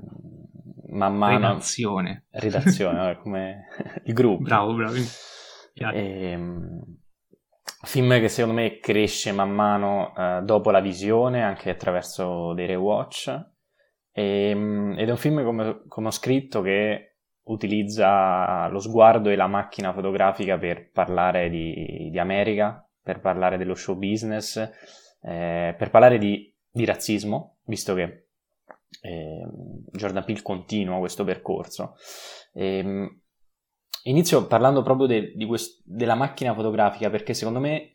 Man mano... Redazione, come il gruppo. Bravo. Film che secondo me cresce man mano dopo la visione, anche attraverso dei rewatch, ed è un film, come ho scritto, che utilizza lo sguardo e la macchina fotografica per parlare di America, per parlare dello show business, per parlare di razzismo, visto che Jordan Peele continua questo percorso. Inizio parlando proprio della macchina fotografica, perché secondo me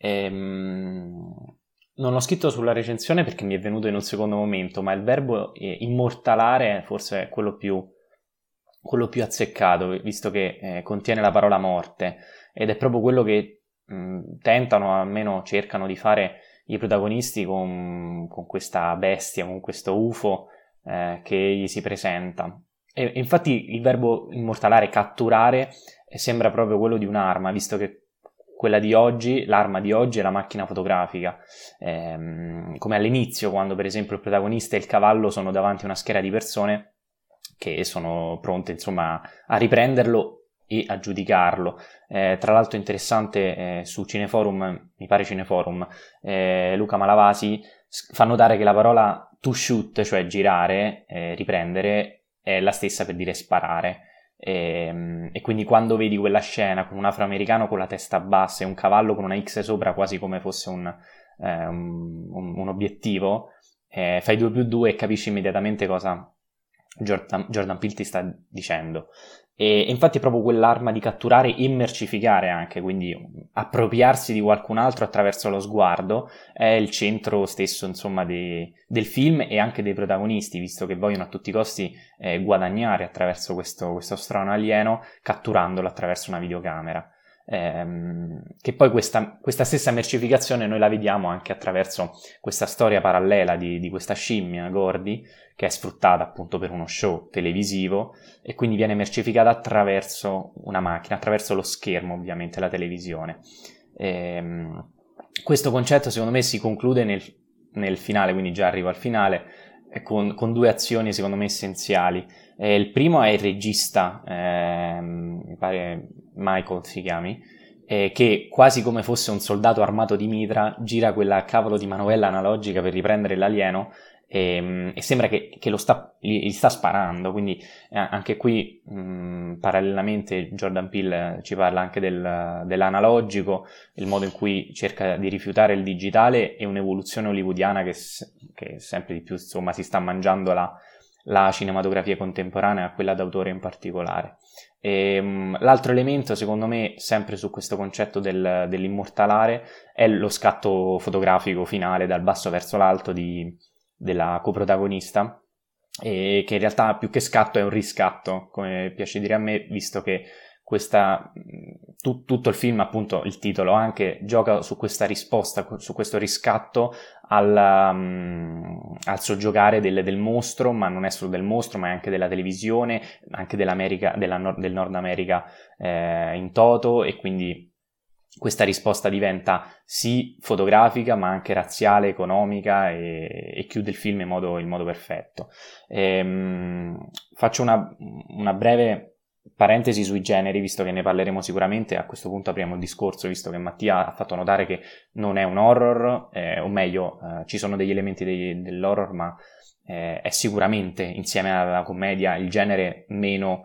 non l'ho scritto sulla recensione perché mi è venuto in un secondo momento, ma il verbo immortalare forse è quello più azzeccato, visto che contiene la parola morte, ed è proprio quello che tentano, almeno cercano di fare i protagonisti con questa bestia, con questo UFO che gli si presenta. E infatti il verbo immortalare, catturare, sembra proprio quello di un'arma, visto che quella di oggi, l'arma di oggi è la macchina fotografica, come all'inizio, quando per esempio il protagonista e il cavallo sono davanti a una schiera di persone che sono pronte, insomma, a riprenderlo e a giudicarlo. Tra l'altro interessante, su Cineforum, mi pare Cineforum, Luca Malavasi fa notare che la parola to shoot, cioè girare, riprendere, è la stessa per dire sparare. E quindi quando vedi quella scena con un afroamericano con la testa bassa e un cavallo con una X sopra, quasi come fosse un obiettivo, fai 2+2 e capisci immediatamente cosa Jordan Peele ti sta dicendo. E infatti è proprio quell'arma di catturare e mercificare anche, quindi appropriarsi di qualcun altro attraverso lo sguardo, è il centro stesso, insomma, del film e anche dei protagonisti, visto che vogliono a tutti i costi guadagnare attraverso questo strano alieno, catturandolo attraverso una videocamera. Che poi questa stessa mercificazione noi la vediamo anche attraverso questa storia parallela di questa scimmia, Gordy, che è sfruttata appunto per uno show televisivo e quindi viene mercificata attraverso una macchina, attraverso lo schermo, ovviamente, la televisione. Questo concetto secondo me si conclude nel finale, quindi già arrivo al finale, con due azioni secondo me essenziali. Il primo è il regista, mi pare Michael si chiami, che quasi come fosse un soldato armato di mitra gira quella cavolo di manovella analogica per riprendere l'alieno e sembra che gli sta sparando, quindi anche qui parallelamente Jordan Peele ci parla anche dell'analogico, il modo in cui cerca di rifiutare il digitale e un'evoluzione hollywoodiana che sempre di più, insomma, si sta mangiando la cinematografia contemporanea, quella d'autore in particolare. L'altro elemento, secondo me, sempre su questo concetto dell'immortalare, è lo scatto fotografico finale dal basso verso l'alto della coprotagonista, e che in realtà più che scatto è un riscatto, come piace dire a me, visto che tutto il film, appunto il titolo anche, gioca su questa risposta, su questo riscatto al soggiogare del mostro, ma non è solo del mostro, ma è anche della televisione, anche dell'America, del Nord America in toto, e quindi questa risposta diventa sì fotografica, ma anche razziale, economica, e chiude il film in modo perfetto. Faccio una breve parentesi sui generi, visto che ne parleremo sicuramente. A questo punto apriamo il discorso, visto che Mattia ha fatto notare che non è un horror, o meglio, ci sono degli elementi dell'horror, ma è sicuramente, insieme alla commedia, il genere meno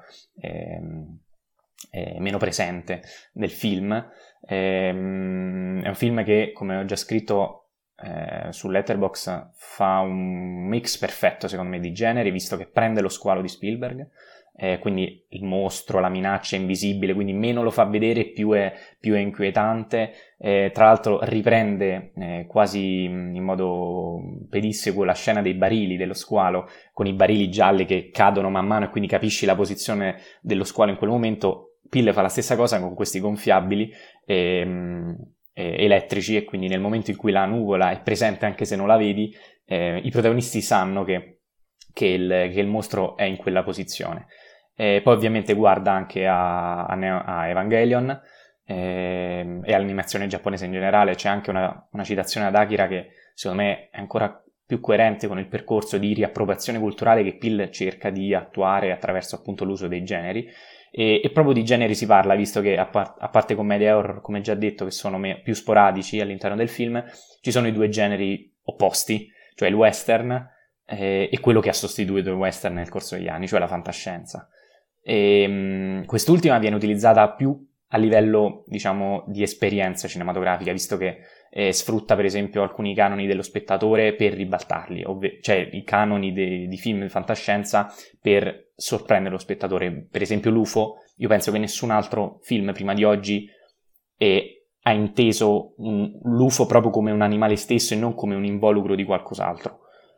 presente del film. È un film che, come ho già scritto su Letterboxd, fa un mix perfetto secondo me di generi, visto che prende lo squalo di Spielberg, quindi il mostro, la minaccia invisibile, quindi meno lo fa vedere più è inquietante. Tra l'altro riprende quasi in modo pedissequo la scena dei barili dello squalo, con i barili gialli che cadono man mano, e quindi capisci la posizione dello squalo in quel momento. Peele fa la stessa cosa con questi gonfiabili elettrici, e quindi nel momento in cui la nuvola è presente anche se non la vedi, i protagonisti sanno che il mostro è in quella posizione. Poi ovviamente guarda anche a Evangelion e all'animazione giapponese in generale. C'è anche una citazione ad Akira che secondo me è ancora più coerente con il percorso di riappropriazione culturale che Peele cerca di attuare attraverso appunto l'uso dei generi. E proprio di generi si parla, visto che a parte commedia e horror, come già detto, che sono più sporadici all'interno del film, ci sono i due generi opposti, cioè il western e quello che ha sostituito il western nel corso degli anni, cioè la fantascienza. Quest'ultima viene utilizzata più a livello, diciamo, di esperienza cinematografica, visto che sfrutta per esempio alcuni canoni dello spettatore per ribaltarli, cioè i canoni di film di fantascienza per sorprendere lo spettatore. Per esempio l'UFO, io penso che nessun altro film prima di oggi ha inteso l'UFO proprio come un animale stesso e non come un involucro di qualcos'altro.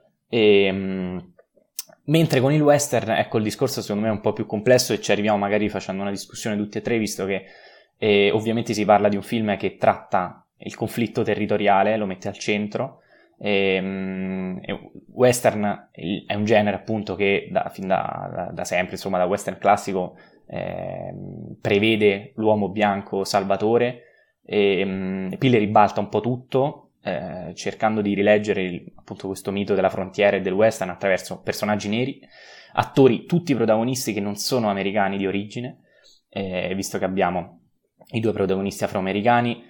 Mentre con il western, ecco, il discorso secondo me è un po' più complesso e ci arriviamo magari facendo una discussione tutti e tre, visto che ovviamente si parla di un film che tratta il conflitto territoriale, lo mette al centro. Western è un genere appunto che fin da sempre, insomma da western classico, prevede l'uomo bianco salvatore, e Peele ribalta un po' tutto, cercando di rileggere appunto questo mito della frontiera e del western attraverso personaggi neri, attori tutti protagonisti che non sono americani di origine, visto che abbiamo i due protagonisti afroamericani,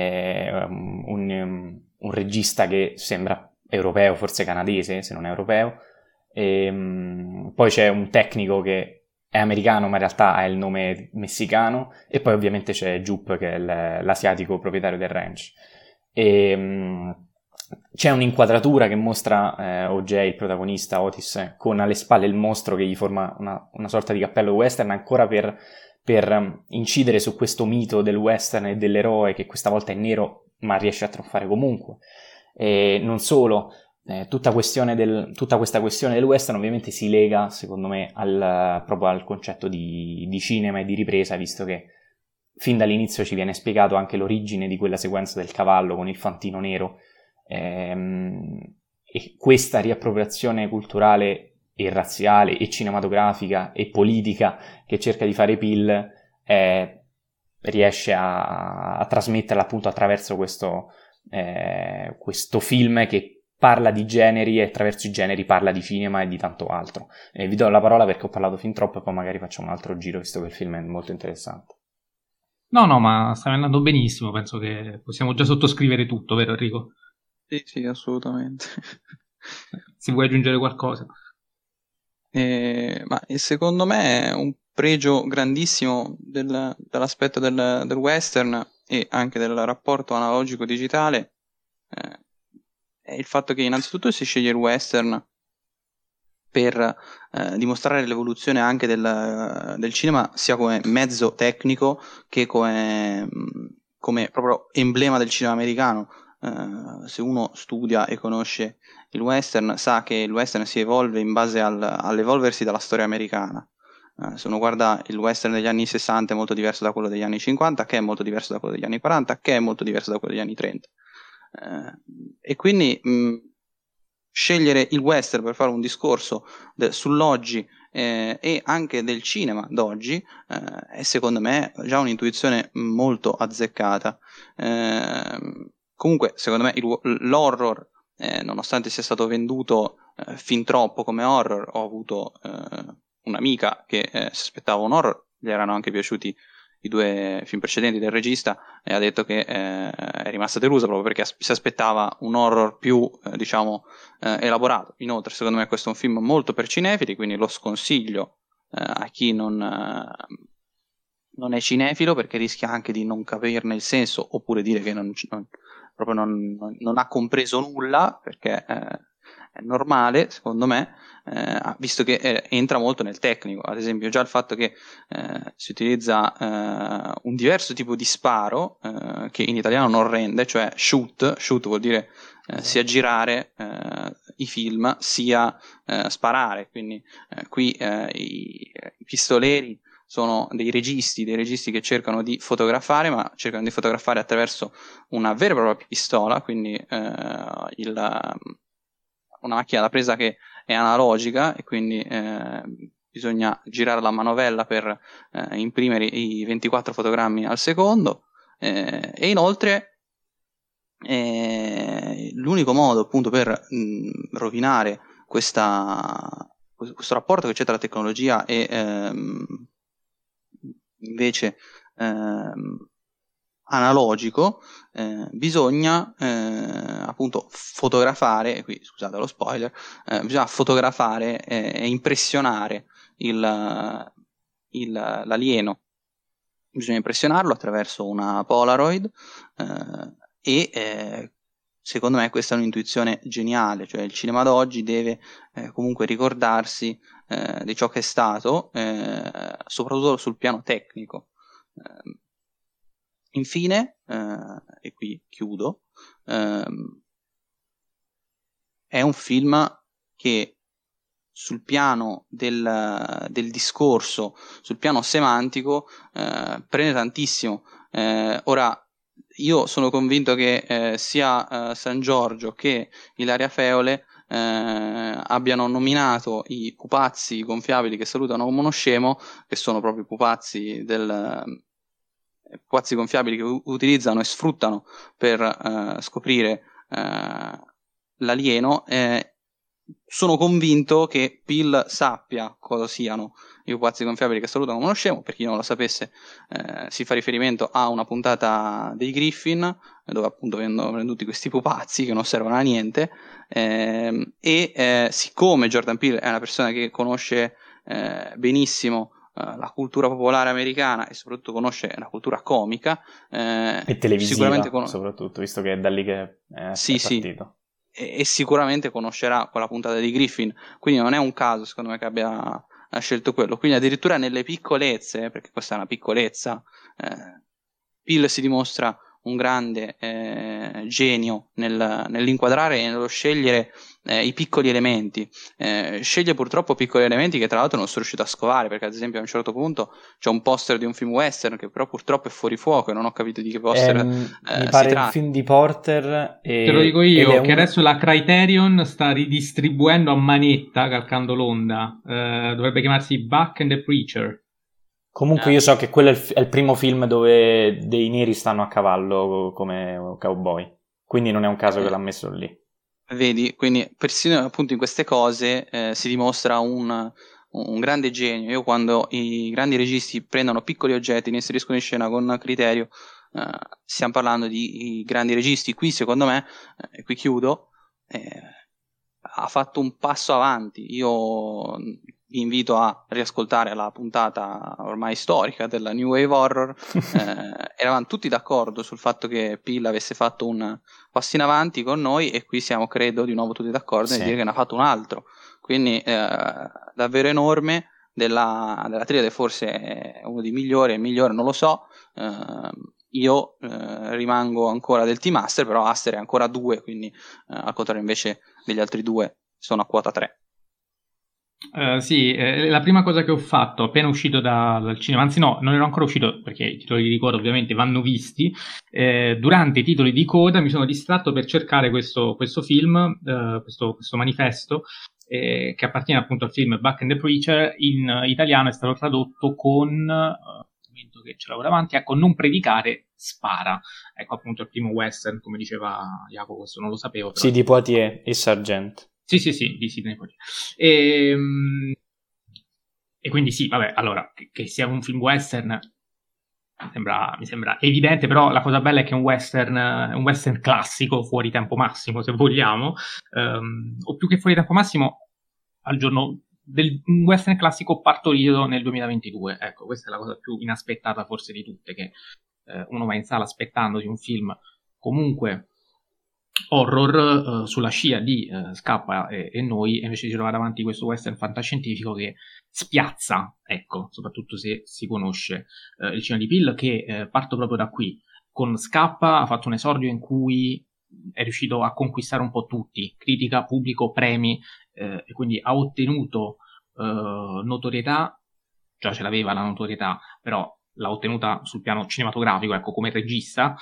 un regista che sembra europeo, forse canadese se non europeo, poi c'è un tecnico che è americano ma in realtà ha il nome messicano, e poi ovviamente c'è Jupp che è l'asiatico proprietario del ranch. C'è un'inquadratura che mostra OJ, il protagonista Otis, con alle spalle il mostro che gli forma una sorta di cappello western, ancora per incidere su questo mito del western e dell'eroe che questa volta è nero ma riesce a trionfare comunque. Non solo, tutta questa questione del western ovviamente si lega, secondo me, proprio al concetto di cinema e di ripresa, visto che fin dall'inizio ci viene spiegato anche l'origine di quella sequenza del cavallo con il fantino nero, e questa riappropriazione culturale e razziale e cinematografica e politica che cerca di fare Peele riesce a trasmetterla appunto attraverso questo film che parla di generi, e attraverso i generi parla di cinema e di tanto altro. Vi do la parola perché ho parlato fin troppo e poi magari facciamo un altro giro, visto che il film è molto interessante. No, ma stai andando benissimo, penso che possiamo già sottoscrivere tutto, vero Enrico? Sì, assolutamente. Se vuoi aggiungere qualcosa. Ma secondo me è un pregio grandissimo dell'aspetto del western e anche del rapporto analogico digitale è il fatto che innanzitutto si sceglie il western per dimostrare l'evoluzione anche del cinema, sia come mezzo tecnico che come proprio emblema del cinema americano. Se uno studia e conosce il western, sa che il western si evolve in base all'evolversi della storia americana. Se uno guarda il western degli anni 60 è molto diverso da quello degli anni 50, che è molto diverso da quello degli anni 40, che è molto diverso da quello degli anni 30. E quindi scegliere il western per fare un discorso sull'oggi e anche del cinema d'oggi è secondo me già un'intuizione molto azzeccata. Comunque secondo me l'horror, nonostante sia stato venduto fin troppo come horror, ho avuto un'amica che si aspettava un horror, gli erano anche piaciuti i due film precedenti del regista e ha detto che è rimasta delusa proprio perché si aspettava un horror più elaborato. Inoltre secondo me questo è un film molto per cinefili, quindi lo sconsiglio a chi non è cinefilo, perché rischia anche di non capirne il senso oppure dire che non ha compreso nulla, perché è normale secondo me, visto che entra molto nel tecnico. Ad esempio già il fatto che si utilizza un diverso tipo di sparo che in italiano non rende, cioè shoot vuol dire sia girare i film sia sparare, quindi qui i pistoleri sono dei registi che cercano di fotografare, ma cercano di fotografare attraverso una vera e propria pistola, quindi una macchina da presa che è analogica e quindi bisogna girare la manovella per imprimere i 24 fotogrammi al secondo, e inoltre l'unico modo appunto per rovinare questo rapporto che c'è tra tecnologia e invece analogico, bisogna appunto fotografare, qui scusate lo spoiler, bisogna fotografare e impressionare l'alieno. Bisogna impressionarlo attraverso una Polaroid e secondo me questa è un'intuizione geniale, cioè il cinema d'oggi deve comunque ricordarsi di ciò che è stato, soprattutto sul piano tecnico. Infine, e qui chiudo, è un film che sul piano del discorso, sul piano semantico, prende tantissimo. Ora, io sono convinto che sia San Giorgio che Ilaria Feole abbiano nominato i pupazzi gonfiabili che salutano come uno scemo, che sono proprio i pupazzi pupazzi gonfiabili che utilizzano e sfruttano per scoprire l'alieno. Sono convinto che Peele sappia cosa siano i pupazzi gonfiabili che salutano come uno scemo. Per chi non lo sapesse, si fa riferimento a una puntata dei Griffin, dove appunto vengono venduti questi pupazzi che non servono a niente, siccome Jordan Peele è una persona che conosce benissimo la cultura popolare americana e soprattutto conosce la cultura comica e televisiva, soprattutto, visto che è da lì che è partito. E sicuramente conoscerà quella puntata di Griffin, quindi non è un caso secondo me che abbia scelto quello. Quindi addirittura nelle piccolezze, perché questa è una piccolezza, Peele si dimostra un grande genio nell'inquadrare e nello scegliere i piccoli elementi. Sceglie purtroppo piccoli elementi che tra l'altro non sono riuscito a scovare, perché ad esempio a un certo punto c'è un poster di un film western che però purtroppo è fuori fuoco e non ho capito di che poster mi pare il film di Porter te lo dico io, che adesso la Criterion sta ridistribuendo a manetta, calcando l'onda. Dovrebbe chiamarsi Buck and the Preacher. Comunque io so che quello è il primo film dove dei neri stanno a cavallo come cowboy, quindi non è un caso che l'ha messo lì. Vedi, quindi persino appunto in queste cose si dimostra un grande genio. Io quando i grandi registi prendono piccoli oggetti e li inseriscono in scena con criterio, stiamo parlando di grandi registi. Qui secondo me, e qui chiudo, ha fatto un passo avanti. Io vi invito a riascoltare la puntata ormai storica della New Wave Horror. Eravamo tutti d'accordo sul fatto che Peele avesse fatto un passo in avanti con noi e qui siamo credo di nuovo tutti d'accordo nel dire che ne ha fatto un altro, quindi davvero enorme, della triade forse è uno dei migliori, il migliore non lo so. Io rimango ancora del Team Aster, però Aster è ancora 2, quindi al contrario invece degli altri 2 sono a quota 3. Sì, la prima cosa che ho fatto appena uscito dal cinema, anzi no, non ero ancora uscito perché i titoli di coda ovviamente vanno visti, durante i titoli di coda mi sono distratto per cercare questo film, questo manifesto, che appartiene appunto al film Buck and the Preacher. In italiano è stato tradotto con, momento che ce l'ho davanti, ecco, non predicare, spara. Ecco appunto il primo western, come diceva Jacopo, questo non lo sapevo. Però. Sì, di Poitier e Sargent. Sì, di Sidney Poitier. E quindi sì, vabbè, allora, che sia un film western mi sembra evidente, però la cosa bella è che è un western classico, fuori tempo massimo, se vogliamo, o più che fuori tempo massimo, al giorno un western classico partorito nel 2022. Ecco, questa è la cosa più inaspettata forse di tutte, che uno va in sala aspettandosi un film comunque horror sulla scia di Scappa e noi, e invece si trova davanti questo western fantascientifico che spiazza, ecco, soprattutto se si conosce il cinema di Peele, che parto proprio da qui. Con Scappa ha fatto un esordio in cui è riuscito a conquistare un po' tutti, critica, pubblico, premi, e quindi ha ottenuto notorietà, già ce l'aveva la notorietà, però l'ha ottenuta sul piano cinematografico, ecco, come regista,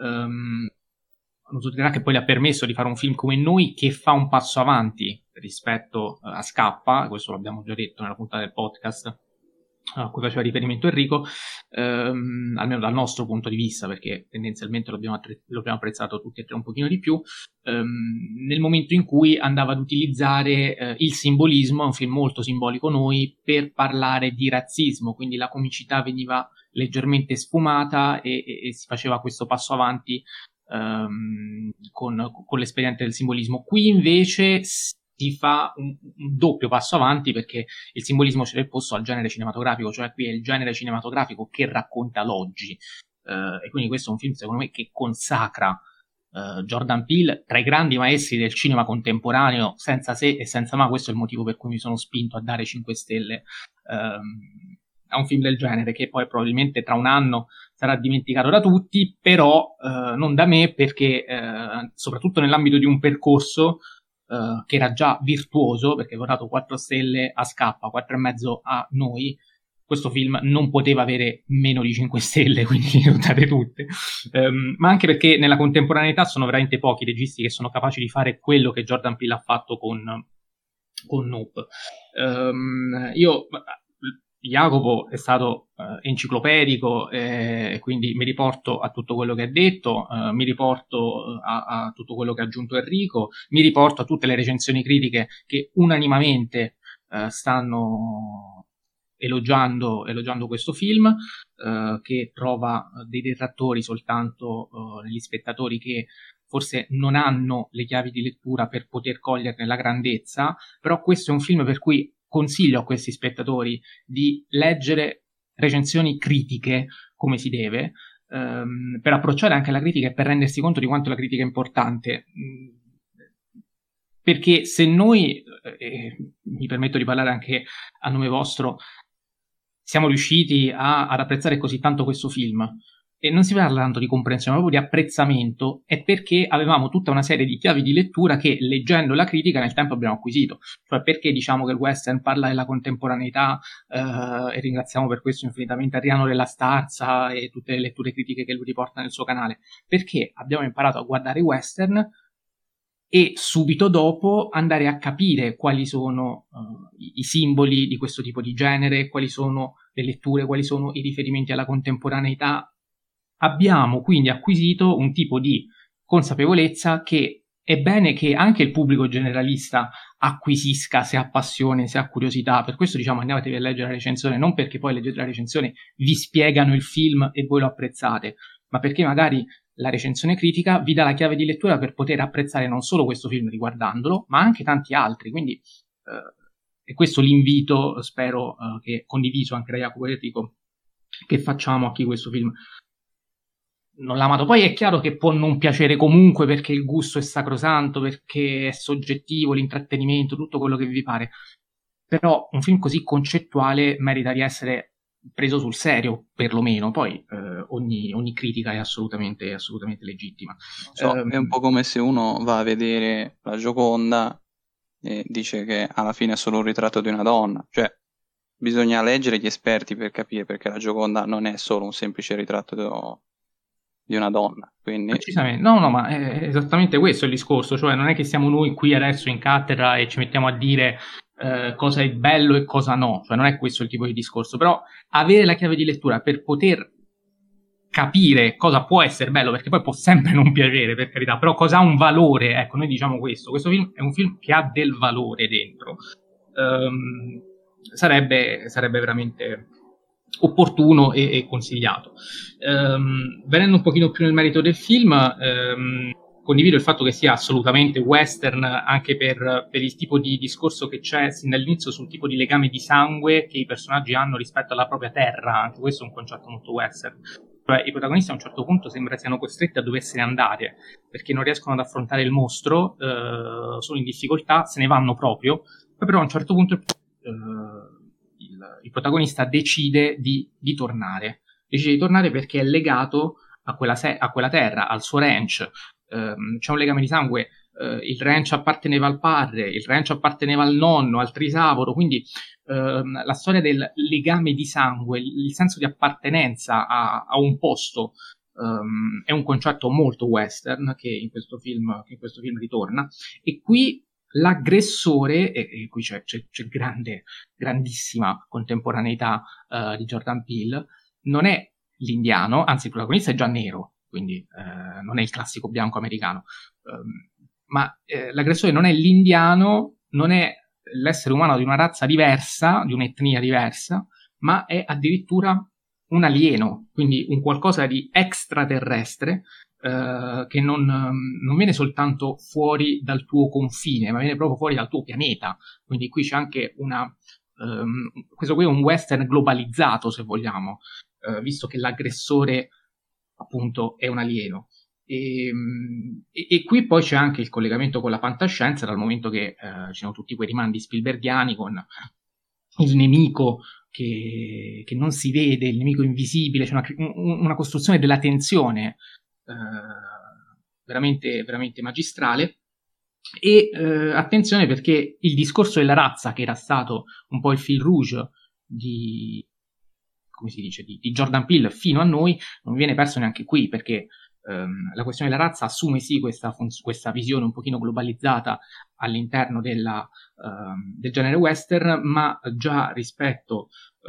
notorietà che poi le ha permesso di fare un film come Noi, che fa un passo avanti rispetto a Scappa, questo l'abbiamo già detto nella puntata del podcast a cui faceva riferimento Enrico, almeno dal nostro punto di vista, perché tendenzialmente lo abbiamo apprezzato tutti e tre un pochino di più, nel momento in cui andava ad utilizzare il simbolismo. È un film molto simbolico Noi, per parlare di razzismo, quindi la comicità veniva leggermente sfumata e si faceva questo passo avanti con l'espediente del simbolismo. Qui invece si fa un doppio passo avanti, perché il simbolismo c'era il posto al genere cinematografico, cioè qui è il genere cinematografico che racconta l'oggi, e quindi questo è un film secondo me che consacra Jordan Peele tra i grandi maestri del cinema contemporaneo, senza se e senza ma. Questo è il motivo per cui mi sono spinto a dare 5 stelle a un film del genere, che poi probabilmente tra un anno sarà dimenticato da tutti, però non da me, perché soprattutto nell'ambito di un percorso che era già virtuoso, perché avevo dato 4 stelle a Scappa, 4,5 a Noi, questo film non poteva avere meno di 5 stelle, quindi le ho date tutte. Ma anche perché nella contemporaneità sono veramente pochi registi che sono capaci di fare quello che Jordan Peele ha fatto con Nope. Jacopo è stato enciclopedico, quindi mi riporto a tutto quello che ha detto, mi riporto a tutto quello che ha aggiunto Enrico, mi riporto a tutte le recensioni critiche che unanimamente stanno elogiando questo film, che trova dei detrattori soltanto negli spettatori che forse non hanno le chiavi di lettura per poter coglierne la grandezza, però questo è un film per cui consiglio a questi spettatori di leggere recensioni critiche come si deve, per approcciare anche la critica e per rendersi conto di quanto la critica è importante. Perché se noi, mi permetto di parlare anche a nome vostro, siamo riusciti ad apprezzare così tanto questo film, e non si parla tanto di comprensione, ma proprio di apprezzamento, è perché avevamo tutta una serie di chiavi di lettura che, leggendo la critica, nel tempo abbiamo acquisito. Cioè, perché diciamo che il western parla della contemporaneità, e ringraziamo per questo infinitamente Adriano Della Starza e tutte le letture critiche che lui riporta nel suo canale, perché abbiamo imparato a guardare i western e subito dopo andare a capire quali sono i simboli di questo tipo di genere, quali sono le letture, quali sono i riferimenti alla contemporaneità. Abbiamo quindi acquisito un tipo di consapevolezza che è bene che anche il pubblico generalista acquisisca, se ha passione, se ha curiosità. Per questo diciamo andatevi a leggere la recensione, non perché poi leggete la recensione vi spiegano il film e voi lo apprezzate, ma perché magari la recensione critica vi dà la chiave di lettura per poter apprezzare non solo questo film riguardandolo, ma anche tanti altri. Quindi è questo l'invito, spero che condiviso anche da Jacopo e Enrico, che facciamo a chi questo film non l'ha amato. Poi è chiaro che può non piacere comunque, perché il gusto è sacrosanto, perché è soggettivo, l'intrattenimento, tutto quello che vi pare, però un film così concettuale merita di essere preso sul serio, perlomeno. Poi ogni critica è assolutamente legittima. È un po' come se uno va a vedere la Gioconda e dice che alla fine è solo un ritratto di una donna. Cioè, bisogna leggere gli esperti per capire, perché la Gioconda non è solo un semplice ritratto di una donna. Quindi precisamente, no, ma è esattamente questo il discorso. Cioè, non è che siamo noi qui adesso in cattedra e ci mettiamo a dire cosa è bello e cosa no, cioè non è questo il tipo di discorso, però avere la chiave di lettura per poter capire cosa può essere bello, perché poi può sempre non piacere, per carità, però cosa ha un valore, ecco, noi diciamo questo film è un film che ha del valore dentro, sarebbe veramente opportuno e consigliato. Venendo un pochino più nel merito del film, condivido il fatto che sia assolutamente western, anche per il tipo di discorso che c'è sin dall'inizio sul tipo di legame di sangue che i personaggi hanno rispetto alla propria terra. Anche questo è un concetto molto western. Cioè, i protagonisti a un certo punto sembra siano costretti a doversene andare perché non riescono ad affrontare il mostro, sono in difficoltà, se ne vanno proprio. Poi però a un certo punto il protagonista decide di tornare. Decide di tornare perché è legato a quella terra, al suo ranch. C'è un legame di sangue, il ranch apparteneva al padre, il ranch apparteneva al nonno, al trisavoro, quindi la storia del legame di sangue, il senso di appartenenza a un posto, è un concetto molto western che in questo film ritorna, e qui l'aggressore, e qui c'è grandissima contemporaneità di Jordan Peele, non è l'indiano, anzi il protagonista è già nero, quindi non è il classico bianco americano, ma l'aggressore non è l'indiano, non è l'essere umano di una razza diversa, di un'etnia diversa, ma è addirittura un alieno, quindi un qualcosa di extraterrestre, che non viene soltanto fuori dal tuo confine, ma viene proprio fuori dal tuo pianeta. Quindi qui c'è anche questo qui è un western globalizzato, se vogliamo, visto che l'aggressore appunto è un alieno. E qui poi c'è anche il collegamento con la fantascienza, dal momento che ci sono tutti quei rimandi spielberghiani con il nemico che non si vede, il nemico invisibile, c'è una costruzione della tensione veramente, veramente magistrale. E attenzione, perché il discorso della razza, che era stato un po' il fil rouge di, come si dice, di Jordan Peele fino a noi, non viene perso neanche qui, perché la questione della razza assume sì questa visione un pochino globalizzata all'interno del genere western, ma già rispetto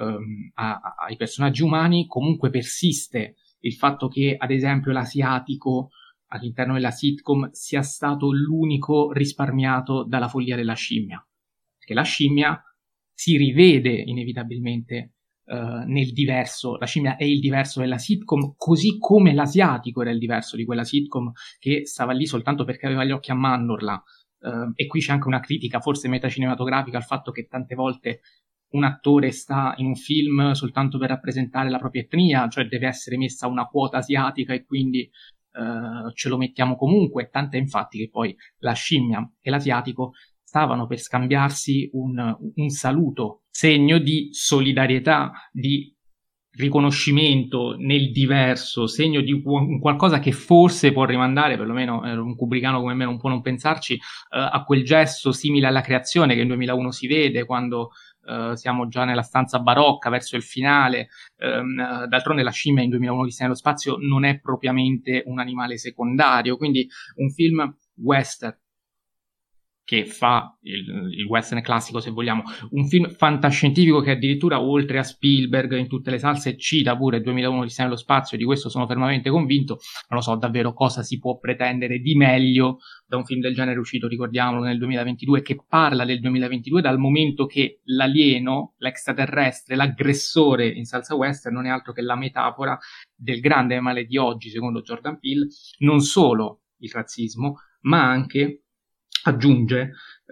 ai personaggi umani comunque persiste il fatto che, ad esempio, l'asiatico all'interno della sitcom sia stato l'unico risparmiato dalla follia della scimmia, perché la scimmia si rivede inevitabilmente nel diverso. La scimmia è il diverso della sitcom, così come l'asiatico era il diverso di quella sitcom che stava lì soltanto perché aveva gli occhi a mandorla. E qui c'è anche una critica forse metacinematografica al fatto che tante volte un attore sta in un film soltanto per rappresentare la propria etnia, cioè deve essere messa una quota asiatica e quindi ce lo mettiamo comunque, tant'è infatti che poi la scimmia e l'asiatico stavano per scambiarsi un saluto, segno di solidarietà, di riconoscimento nel diverso, segno di qualcosa che forse può rimandare, perlomeno un kubrickano come me non può non pensarci, a quel gesto simile alla creazione che nel 2001 si vede quando siamo già nella stanza barocca verso il finale. D'altronde la scimmia in 2001 Odissea nello spazio non è propriamente un animale secondario, quindi un film western che fa il western classico, se vogliamo, un film fantascientifico che addirittura, oltre a Spielberg, in tutte le salse cita pure 2001 Odissea nello spazio, di questo sono fermamente convinto. Non lo so davvero cosa si può pretendere di meglio da un film del genere uscito, ricordiamolo, nel 2022, che parla del 2022, dal momento che l'alieno, l'extraterrestre, l'aggressore in salsa western non è altro che la metafora del grande male di oggi, secondo Jordan Peele, non solo il razzismo, ma anche, aggiunge,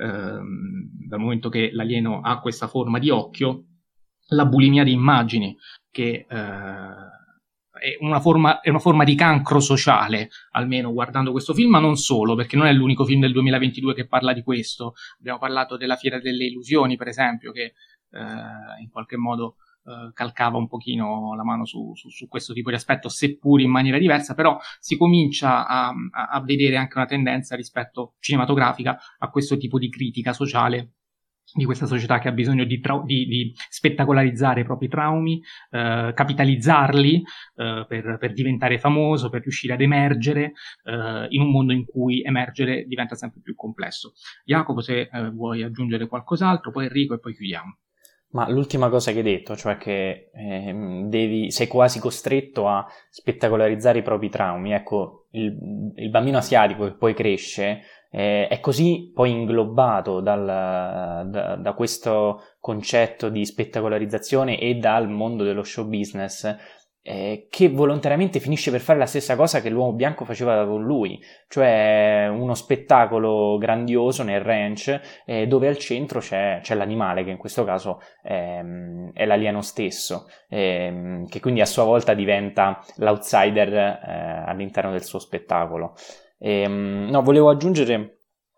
dal momento che l'alieno ha questa forma di occhio, la bulimia di immagini, che è una forma di cancro sociale, almeno guardando questo film, ma non solo, perché non è l'unico film del 2022 che parla di questo. Abbiamo parlato della Fiera delle Illusioni, per esempio, che in qualche modo calcava un pochino la mano su questo tipo di aspetto, seppur in maniera diversa, però si comincia a vedere anche una tendenza rispetto cinematografica a questo tipo di critica sociale di questa società che ha bisogno di spettacolarizzare i propri traumi, capitalizzarli per diventare famoso, per riuscire ad emergere in un mondo in cui emergere diventa sempre più complesso. Jacopo, se vuoi aggiungere qualcos'altro, poi Enrico e poi chiudiamo. Ma l'ultima cosa che hai detto, cioè che sei quasi costretto a spettacolarizzare i propri traumi. Ecco, il bambino asiatico che poi cresce è così poi inglobato da questo concetto di spettacolarizzazione e dal mondo dello show business, che volontariamente finisce per fare la stessa cosa che l'uomo bianco faceva con lui, cioè uno spettacolo grandioso nel ranch dove al centro c'è l'animale, che in questo caso è l'alieno stesso, che quindi a sua volta diventa l'outsider all'interno del suo spettacolo. No, volevo aggiungere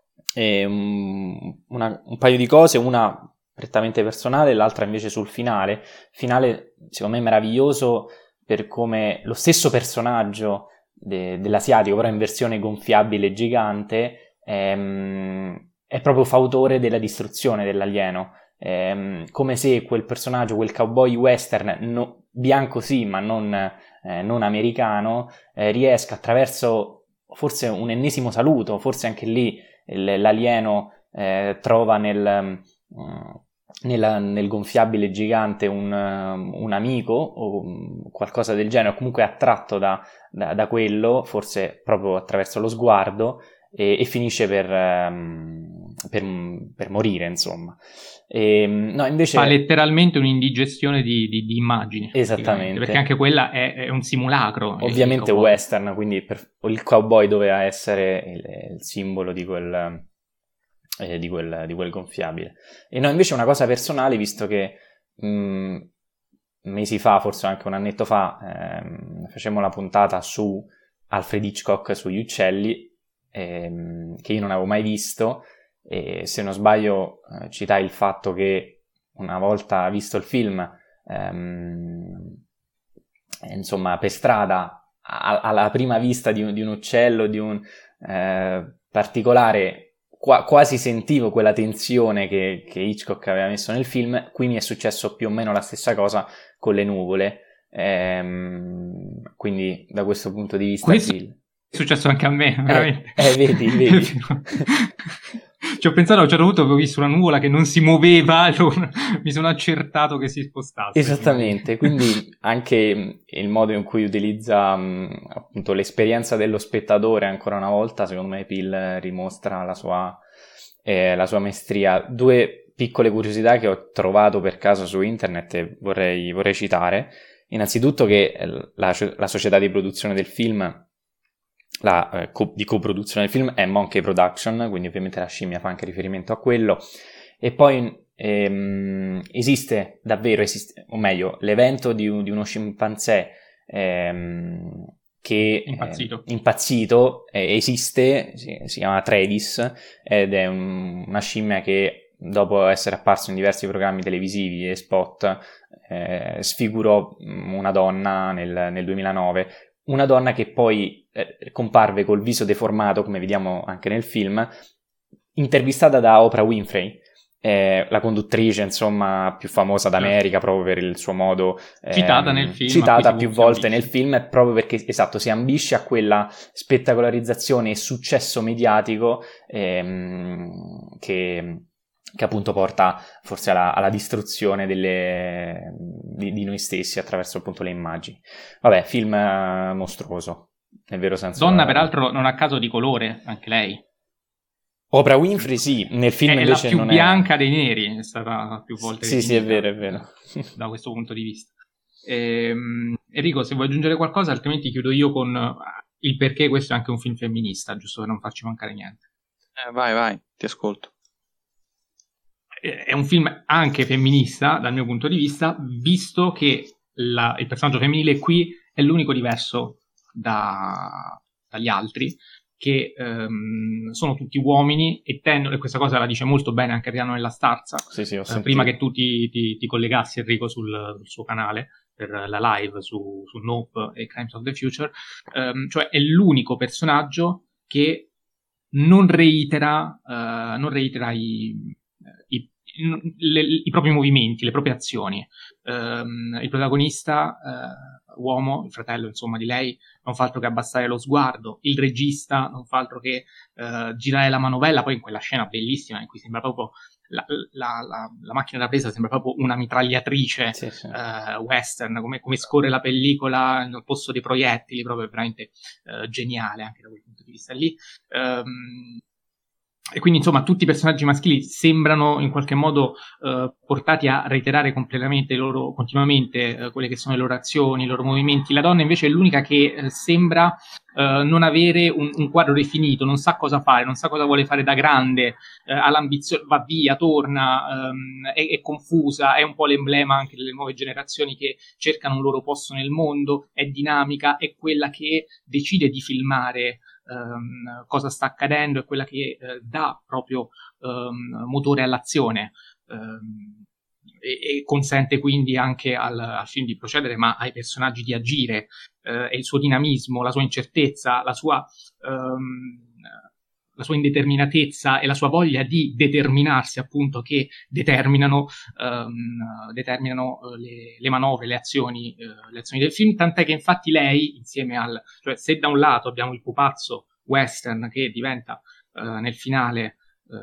un paio di cose, una prettamente personale, l'altra invece sul finale. Finale secondo me meraviglioso per come lo stesso personaggio dell'asiatico, però in versione gonfiabile gigante, è proprio fautore della distruzione dell'alieno, come se quel personaggio, quel cowboy western bianco sì, ma non americano, riesca attraverso forse un ennesimo saluto, forse anche lì l'alieno trova nel gonfiabile gigante un amico o qualcosa del genere, o comunque attratto da quello, forse proprio attraverso lo sguardo, e finisce per morire, insomma. No, invece fa letteralmente un'indigestione di immagini. Esattamente. Perché anche quella è un simulacro. Ovviamente western, quindi il cowboy doveva essere il simbolo di quel gonfiabile. E no, invece una cosa personale, visto che mesi fa, forse anche un annetto fa, facemmo la puntata su Alfred Hitchcock, sugli uccelli, che io non avevo mai visto, e se non sbaglio citai il fatto che una volta visto il film, insomma, per strada, alla prima vista di un uccello, di un particolare, quasi sentivo quella tensione che Hitchcock aveva messo nel film. Qui mi è successo più o meno la stessa cosa con le nuvole, quindi da questo punto di vista è successo anche a me, veramente. Vedi. Ci ho pensato, a un certo punto avevo visto una nuvola che non si muoveva, mi sono accertato che si spostasse. Esattamente, quindi anche il modo in cui utilizza appunto l'esperienza dello spettatore, ancora una volta, secondo me Peele rimostra la sua maestria. Due piccole curiosità che ho trovato per caso su internet e vorrei citare. Innanzitutto che la società di produzione del film, di coproduzione del film, è Monkey Production, quindi ovviamente la scimmia fa anche riferimento a quello. E poi esiste davvero, o meglio, l'evento di uno scimpanzé che impazzito esiste, si chiama Travis, ed è una scimmia che, dopo essere apparso in diversi programmi televisivi e spot, sfigurò una donna nel 2009, una donna che poi comparve col viso deformato, come vediamo anche nel film, intervistata da Oprah Winfrey, la conduttrice, insomma, più famosa d'America, proprio per il suo modo, citata nel film, citata più volte nel film, proprio perché, esatto, si ambisce a quella spettacolarizzazione e successo mediatico che appunto porta forse alla distruzione di noi stessi attraverso appunto le immagini. Vabbè, film mostruoso, nel vero senso. Donna, peraltro, non a caso di colore, anche lei. Oprah Winfrey sì, nel film invece non è... È la più bianca dei neri, è stata più volte Sì, è vero. Da questo punto di vista. Enrico, se vuoi aggiungere qualcosa, altrimenti chiudo io con il perché questo è anche un film femminista, giusto per non farci mancare niente. Vai, ti ascolto. È un film anche femminista, dal mio punto di vista, visto che il personaggio femminile qui è l'unico diverso dagli altri, che sono tutti uomini e questa cosa la dice molto bene anche Adriano Nella Starza, sì, prima che tu ti collegassi, Enrico, sul suo canale per la live su Nope e Crimes of the Future, cioè è l'unico personaggio che non reitera i propri movimenti, le proprie azioni. Il protagonista, uomo, il fratello insomma di lei, non fa altro che abbassare lo sguardo, il regista non fa altro che girare la manovella, poi in quella scena bellissima in cui sembra proprio la macchina da presa sembra proprio una mitragliatrice western, come scorre la pellicola al posto dei proiettili, proprio veramente geniale anche da quel punto di vista lì. E quindi insomma tutti i personaggi maschili sembrano in qualche modo portati a reiterare continuamente quelle che sono le loro azioni, i loro movimenti. La donna invece è l'unica che sembra non avere un quadro definito, non sa cosa fare, non sa cosa vuole fare da grande, ha l'ambizione, va via, torna, è confusa, è un po' l'emblema anche delle nuove generazioni che cercano un loro posto nel mondo, è dinamica, è quella che decide di filmare cosa sta accadendo, è quella che dà proprio motore all'azione e consente quindi anche al film di procedere, ma ai personaggi di agire, e il suo dinamismo, la sua incertezza, la sua indeterminatezza e la sua voglia di determinarsi, appunto, che determinano le manovre, le azioni del film, tant'è che infatti lei, insieme cioè se da un lato abbiamo il pupazzo western che diventa nel finale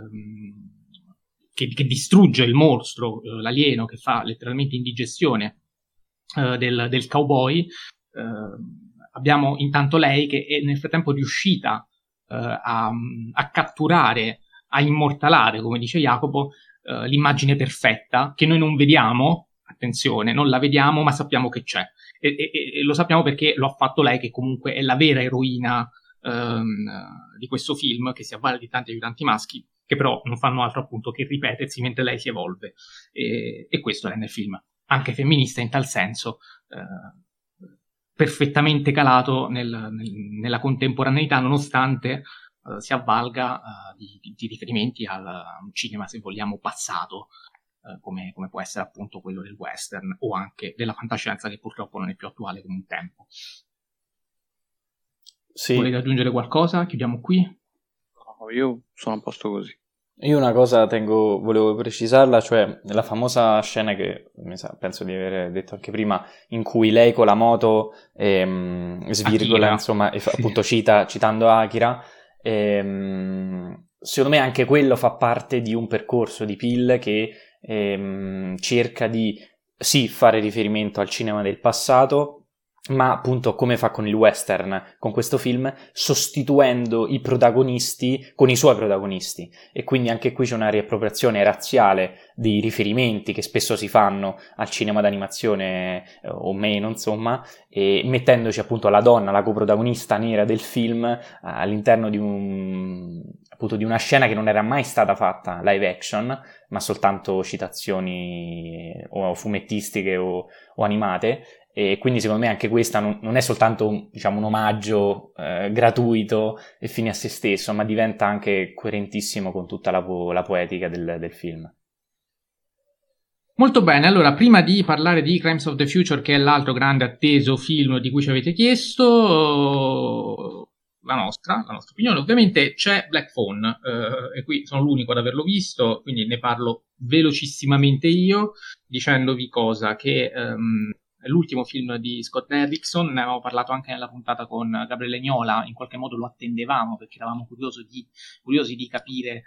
che distrugge il mostro, l'alieno, che fa letteralmente indigestione del cowboy, abbiamo intanto lei che è nel frattempo riuscita a catturare, a immortalare, come dice Jacopo, l'immagine perfetta che noi non vediamo, attenzione, non la vediamo ma sappiamo che c'è e lo sappiamo perché lo ha fatto lei, che comunque è la vera eroina di questo film, che si avvale di tanti aiutanti maschi che però non fanno altro appunto che ripetersi mentre lei si evolve, e questo rende il film anche femminista in tal senso, perfettamente calato nella contemporaneità, nonostante si avvalga di riferimenti al cinema, se vogliamo, passato, come può essere appunto quello del western o anche della fantascienza, che purtroppo non è più attuale come un tempo. Sì. Volete aggiungere qualcosa? Chiudiamo qui? No, io sono a posto così. Io una cosa volevo precisarla, cioè la famosa scena che penso di aver detto anche prima, in cui lei con la moto svirgola, Akira. insomma, e appunto citando Akira, secondo me anche quello fa parte di un percorso di Peele che cerca di sì fare riferimento al cinema del passato, ma appunto come fa con il western, con questo film, sostituendo i protagonisti con i suoi protagonisti, e quindi anche qui c'è una riappropriazione razziale dei riferimenti che spesso si fanno al cinema d'animazione o meno, insomma, e mettendoci appunto la donna, la coprotagonista nera del film, all'interno di una scena che non era mai stata fatta live action, ma soltanto citazioni o fumettistiche o animate. E quindi secondo me anche questa non è soltanto un omaggio gratuito e fine a se stesso, ma diventa anche coerentissimo con tutta la poetica del film. Molto bene, allora prima di parlare di Crimes of the Future, che è l'altro grande atteso film di cui ci avete chiesto la nostra opinione, ovviamente c'è Black Phone, e qui sono l'unico ad averlo visto, quindi ne parlo velocissimamente io, dicendovi cosa che è l'ultimo film di Scott Derrickson, ne avevamo parlato anche nella puntata con Gabriele Gnola, in qualche modo lo attendevamo perché eravamo curiosi di capire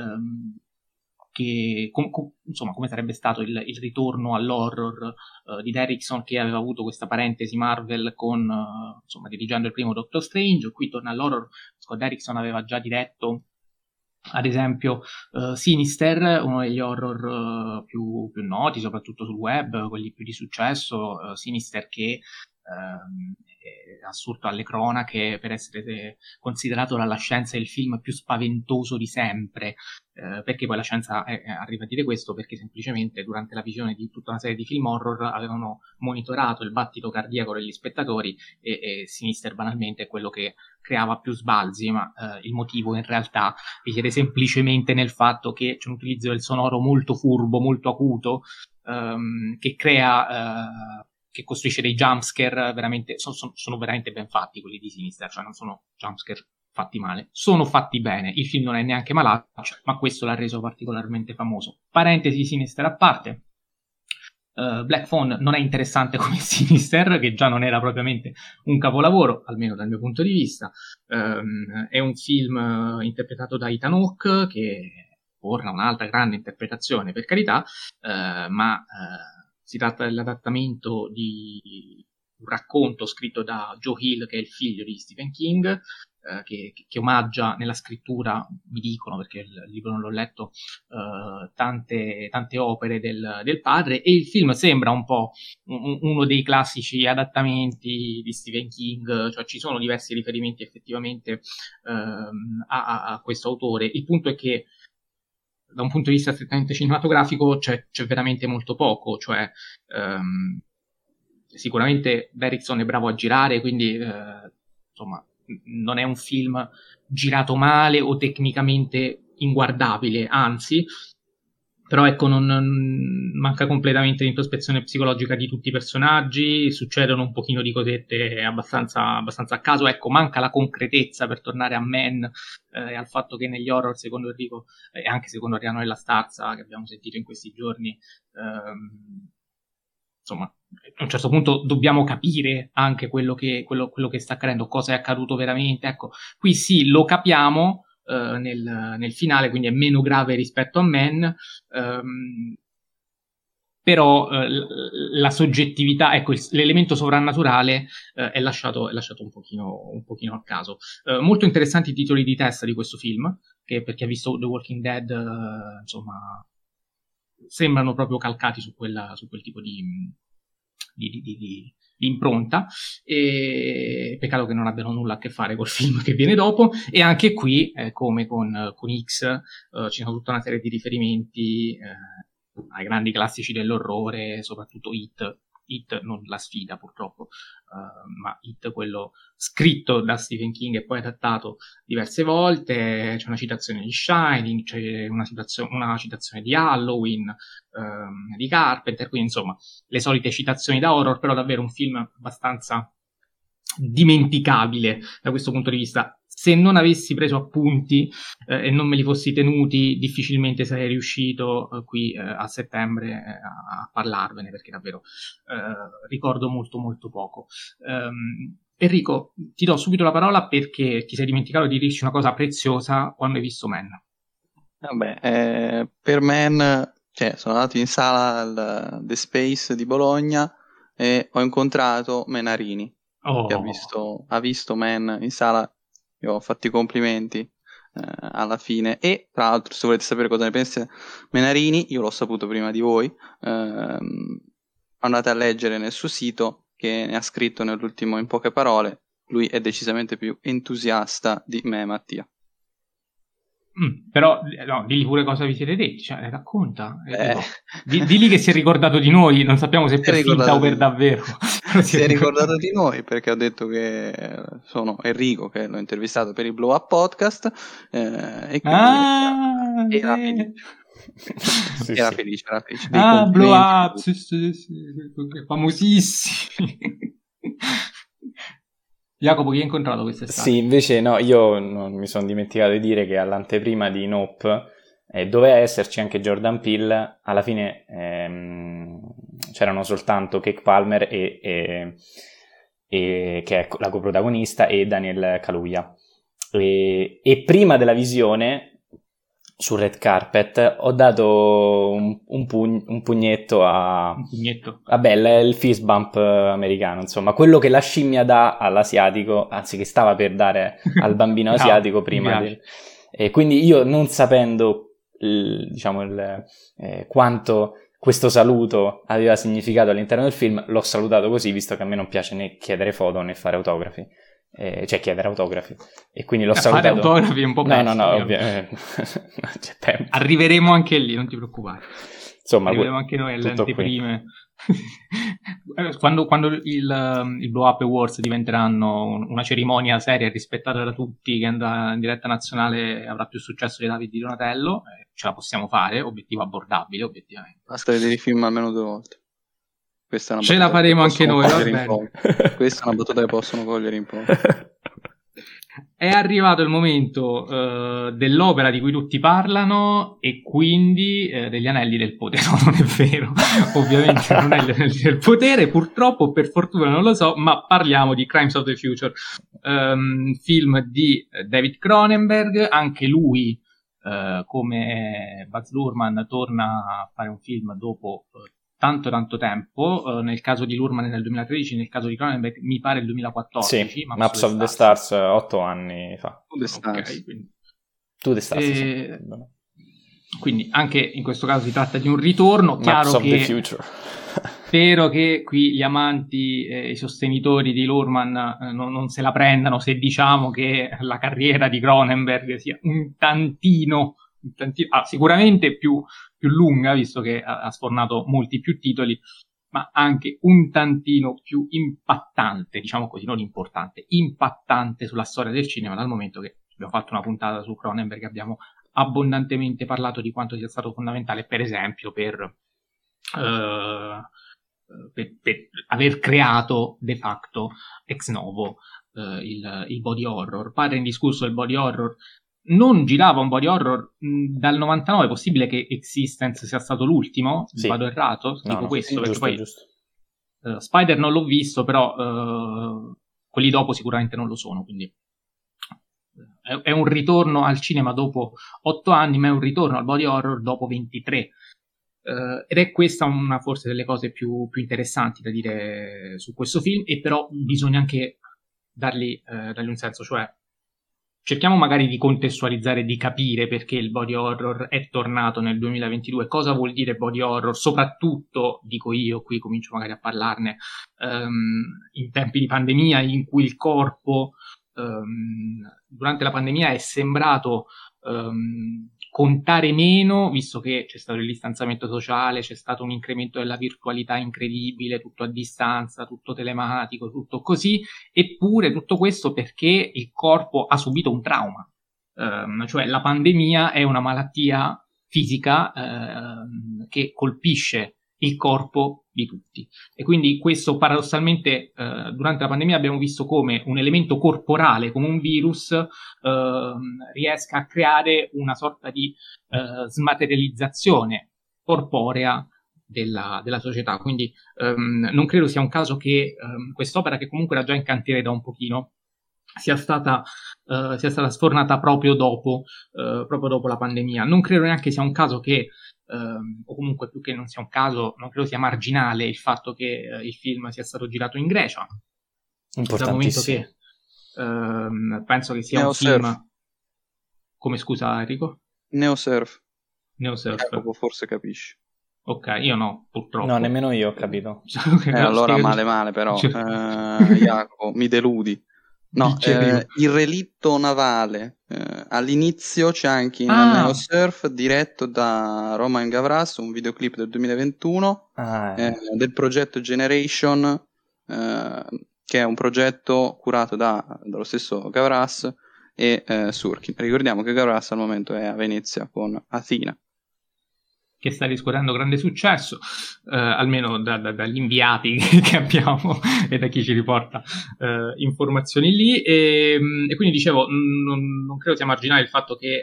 insomma, come sarebbe stato il ritorno all'horror di Derrickson, che aveva avuto questa parentesi Marvel con insomma, dirigendo il primo Doctor Strange. Qui torna all'horror. Scott Derrickson aveva già diretto ad esempio Sinister, uno degli horror più noti, soprattutto sul web, quelli più di successo. Sinister che è assurdo alle cronache per essere considerato dalla scienza il film più spaventoso di sempre. Perché poi la scienza arriva a dire questo? Perché semplicemente durante la visione di tutta una serie di film horror avevano monitorato il battito cardiaco degli spettatori e Sinister banalmente è quello che creava più sbalzi, ma il motivo in realtà risiede semplicemente nel fatto che c'è un utilizzo del sonoro molto furbo, molto acuto, che crea che costruisce dei jumpscare veramente, sono veramente ben fatti quelli di Sinister, cioè non sono jumpscare fatti male, sono fatti bene, il film non è neanche malaccio, ma questo l'ha reso particolarmente famoso. Parentesi Sinister a parte, Black Phone non è interessante come Sinister, che già non era propriamente un capolavoro, almeno dal mio punto di vista. È un film interpretato da Ethan Hawke, che porta un'altra grande interpretazione, per carità, ma si tratta dell'adattamento di un racconto scritto da Joe Hill, che è il figlio di Stephen King, che omaggia nella scrittura, mi dicono perché il libro non l'ho letto, tante opere del padre, e il film sembra un po' uno dei classici adattamenti di Stephen King, cioè ci sono diversi riferimenti effettivamente a questo autore. Il punto è che da un punto di vista strettamente cinematografico c'è veramente molto poco, cioè sicuramente Derrickson è bravo a girare, quindi insomma non è un film girato male o tecnicamente inguardabile, anzi, però ecco non manca completamente l'introspezione psicologica di tutti i personaggi, succedono un pochino di cosette abbastanza a caso, ecco, manca la concretezza, per tornare a Man e al fatto che negli horror, secondo Enrico e anche secondo Ariano della Starza, che abbiamo sentito in questi giorni, insomma, a un certo punto dobbiamo capire anche quello che sta accadendo, cosa è accaduto veramente. Ecco, qui sì, lo capiamo nel finale, quindi è meno grave rispetto a Man, però la soggettività, ecco, l'elemento sovrannaturale è lasciato un pochino a caso. Molto interessanti i titoli di testa di questo film, che per chi ha visto The Walking Dead, insomma, sembrano proprio calcati su quel tipo di impronta, e peccato che non abbiano nulla a che fare col film che viene dopo. E anche qui, come con X, ci sono tutta una serie di riferimenti ai grandi classici dell'orrore, soprattutto It, non La Sfida purtroppo, ma It, quello scritto da Stephen King e poi adattato diverse volte. C'è una citazione di Shining, c'è una citazione di Halloween, di Carpenter, quindi insomma le solite citazioni da horror, però davvero un film abbastanza dimenticabile da questo punto di vista. Se non avessi preso appunti e non me li fossi tenuti, difficilmente sarei riuscito qui a settembre a parlarvene, perché davvero ricordo molto molto poco. Enrico, ti do subito la parola perché ti sei dimenticato di dirci una cosa preziosa quando hai visto Man. Vabbè, per Man, sono andato in sala al The Space di Bologna e ho incontrato Menarini, che ha visto Man in sala. Io ho fatto i complimenti alla fine. E tra l'altro, se volete sapere cosa ne pensa Menarini, io l'ho saputo prima di voi, andate a leggere nel suo sito, che ne ha scritto nell'ultimo in poche parole. Lui è decisamente più entusiasta di me e Mattia. Però no, digli pure cosa vi siete detti, racconta. Digli che si è ricordato di noi, non sappiamo se per finta o per davvero. Si è ricordato di noi perché ho detto che sono Enrico, che l'ho intervistato per il Blow Up Podcast, e quindi era felice. Blow Up, sì, famosissimi. Jacopo, chi hai incontrato quest'estate? Sì, invece no, io non mi sono dimenticato di dire che all'anteprima di Nope doveva esserci anche Jordan Peele. Alla fine c'erano soltanto Keke Palmer che è la coprotagonista, e Daniel Kaluuya. E prima della visione sul red carpet ho dato un pugnetto vabbè, il fist bump americano, insomma, quello che la scimmia dà all'asiatico, anzi che stava per dare al bambino asiatico prima e quindi io, non sapendo quanto questo saluto aveva significato all'interno del film, l'ho salutato così, visto che a me non piace né chiedere foto né fare autografi. Chiedere autografi, e quindi l'ho salutato. Fare autografi è un po' presto. No, ovviamente non c'è tempo. Arriveremo anche lì, non ti preoccupare. Insomma, arriveremo anche noi alle anteprime. quando il Blow Up Awards diventeranno una cerimonia seria rispettata da tutti, che andrà in diretta nazionale e avrà più successo di Davide Di Donatello, ce la possiamo fare, obiettivo abbordabile, obiettivamente. Basta vedere i film almeno 2 volte. Ce la faremo anche noi, va bene. Questa è una battuta che possono cogliere in po'. È arrivato il momento dell'opera di cui tutti parlano, e quindi degli Anelli del Potere. No, non è vero, ovviamente non è gli Anelli del Potere, purtroppo, per fortuna non lo so, ma parliamo di Crimes of the Future, film di David Cronenberg. Anche lui, come Baz Luhrmann, torna a fare un film dopo tanto tempo. Nel caso di Luhrmann nel 2013, nel caso di Cronenberg mi pare il 2014. Sì, Maps of the Stars 8 anni fa. Okay, To the Stars, sì. Quindi anche in questo caso si tratta di un ritorno. Maps of the Future. Spero che qui gli amanti e i sostenitori di Luhrmann non se la prendano se diciamo che la carriera di Cronenberg sia un tantino sicuramente più lunga, visto che ha sfornato molti più titoli, ma anche un tantino più impattante, diciamo così, non importante, impattante sulla storia del cinema, dal momento che abbiamo fatto una puntata su Cronenberg, abbiamo abbondantemente parlato di quanto sia stato fondamentale, per esempio, per aver creato de facto ex novo il body horror. Padre indiscusso del body horror. Non girava un body horror dal 99, è possibile che Existence sia stato l'ultimo? Sì. Vado errato? Dico questo, sì, perché giusto. Spider non l'ho visto, però quelli dopo sicuramente non lo sono, quindi è un ritorno al cinema dopo 8 anni, ma è un ritorno al body horror dopo 23. ed è questa una forse delle cose più interessanti da dire su questo film, e però bisogna anche dargli un senso, cioè cerchiamo magari di contestualizzare e di capire perché il body horror è tornato nel 2022, cosa vuol dire body horror, soprattutto, dico io, qui comincio magari a parlarne, in tempi di pandemia in cui il corpo durante la pandemia è sembrato contare meno, visto che c'è stato il distanziamento sociale, c'è stato un incremento della virtualità incredibile, tutto a distanza, tutto telematico, tutto così, eppure tutto questo perché il corpo ha subito un trauma, cioè la pandemia è una malattia fisica che colpisce il corpo di tutti, e quindi questo paradossalmente durante la pandemia abbiamo visto come un elemento corporale, come un virus, riesca a creare una sorta di smaterializzazione corporea della società. Quindi non credo sia un caso che quest'opera, che comunque era già in cantiere da un pochino, sia stata sfornata proprio dopo la pandemia. Non credo neanche sia un caso che o comunque più che non sia un caso, non credo sia marginale il fatto che il film sia stato girato in Grecia, dal momento che penso che sia Neosurf. un film come, scusa Enrico? Neosurf. Neosurf. Forse capisci. Ok, io no, purtroppo. No, nemmeno io ho capito. Allora male però, Jacopo, mi deludi. No, il relitto navale, all'inizio c'è anche in Neosurf, diretto da Roman Gavras, un videoclip del 2021 del progetto Generation, che è un progetto curato dallo stesso Gavras e Surkin. Ricordiamo che Gavras al momento è a Venezia con Athena, che sta riscuotendo grande successo, almeno dagli inviati che abbiamo e da chi ci riporta informazioni lì, e quindi dicevo, non credo sia marginale il fatto che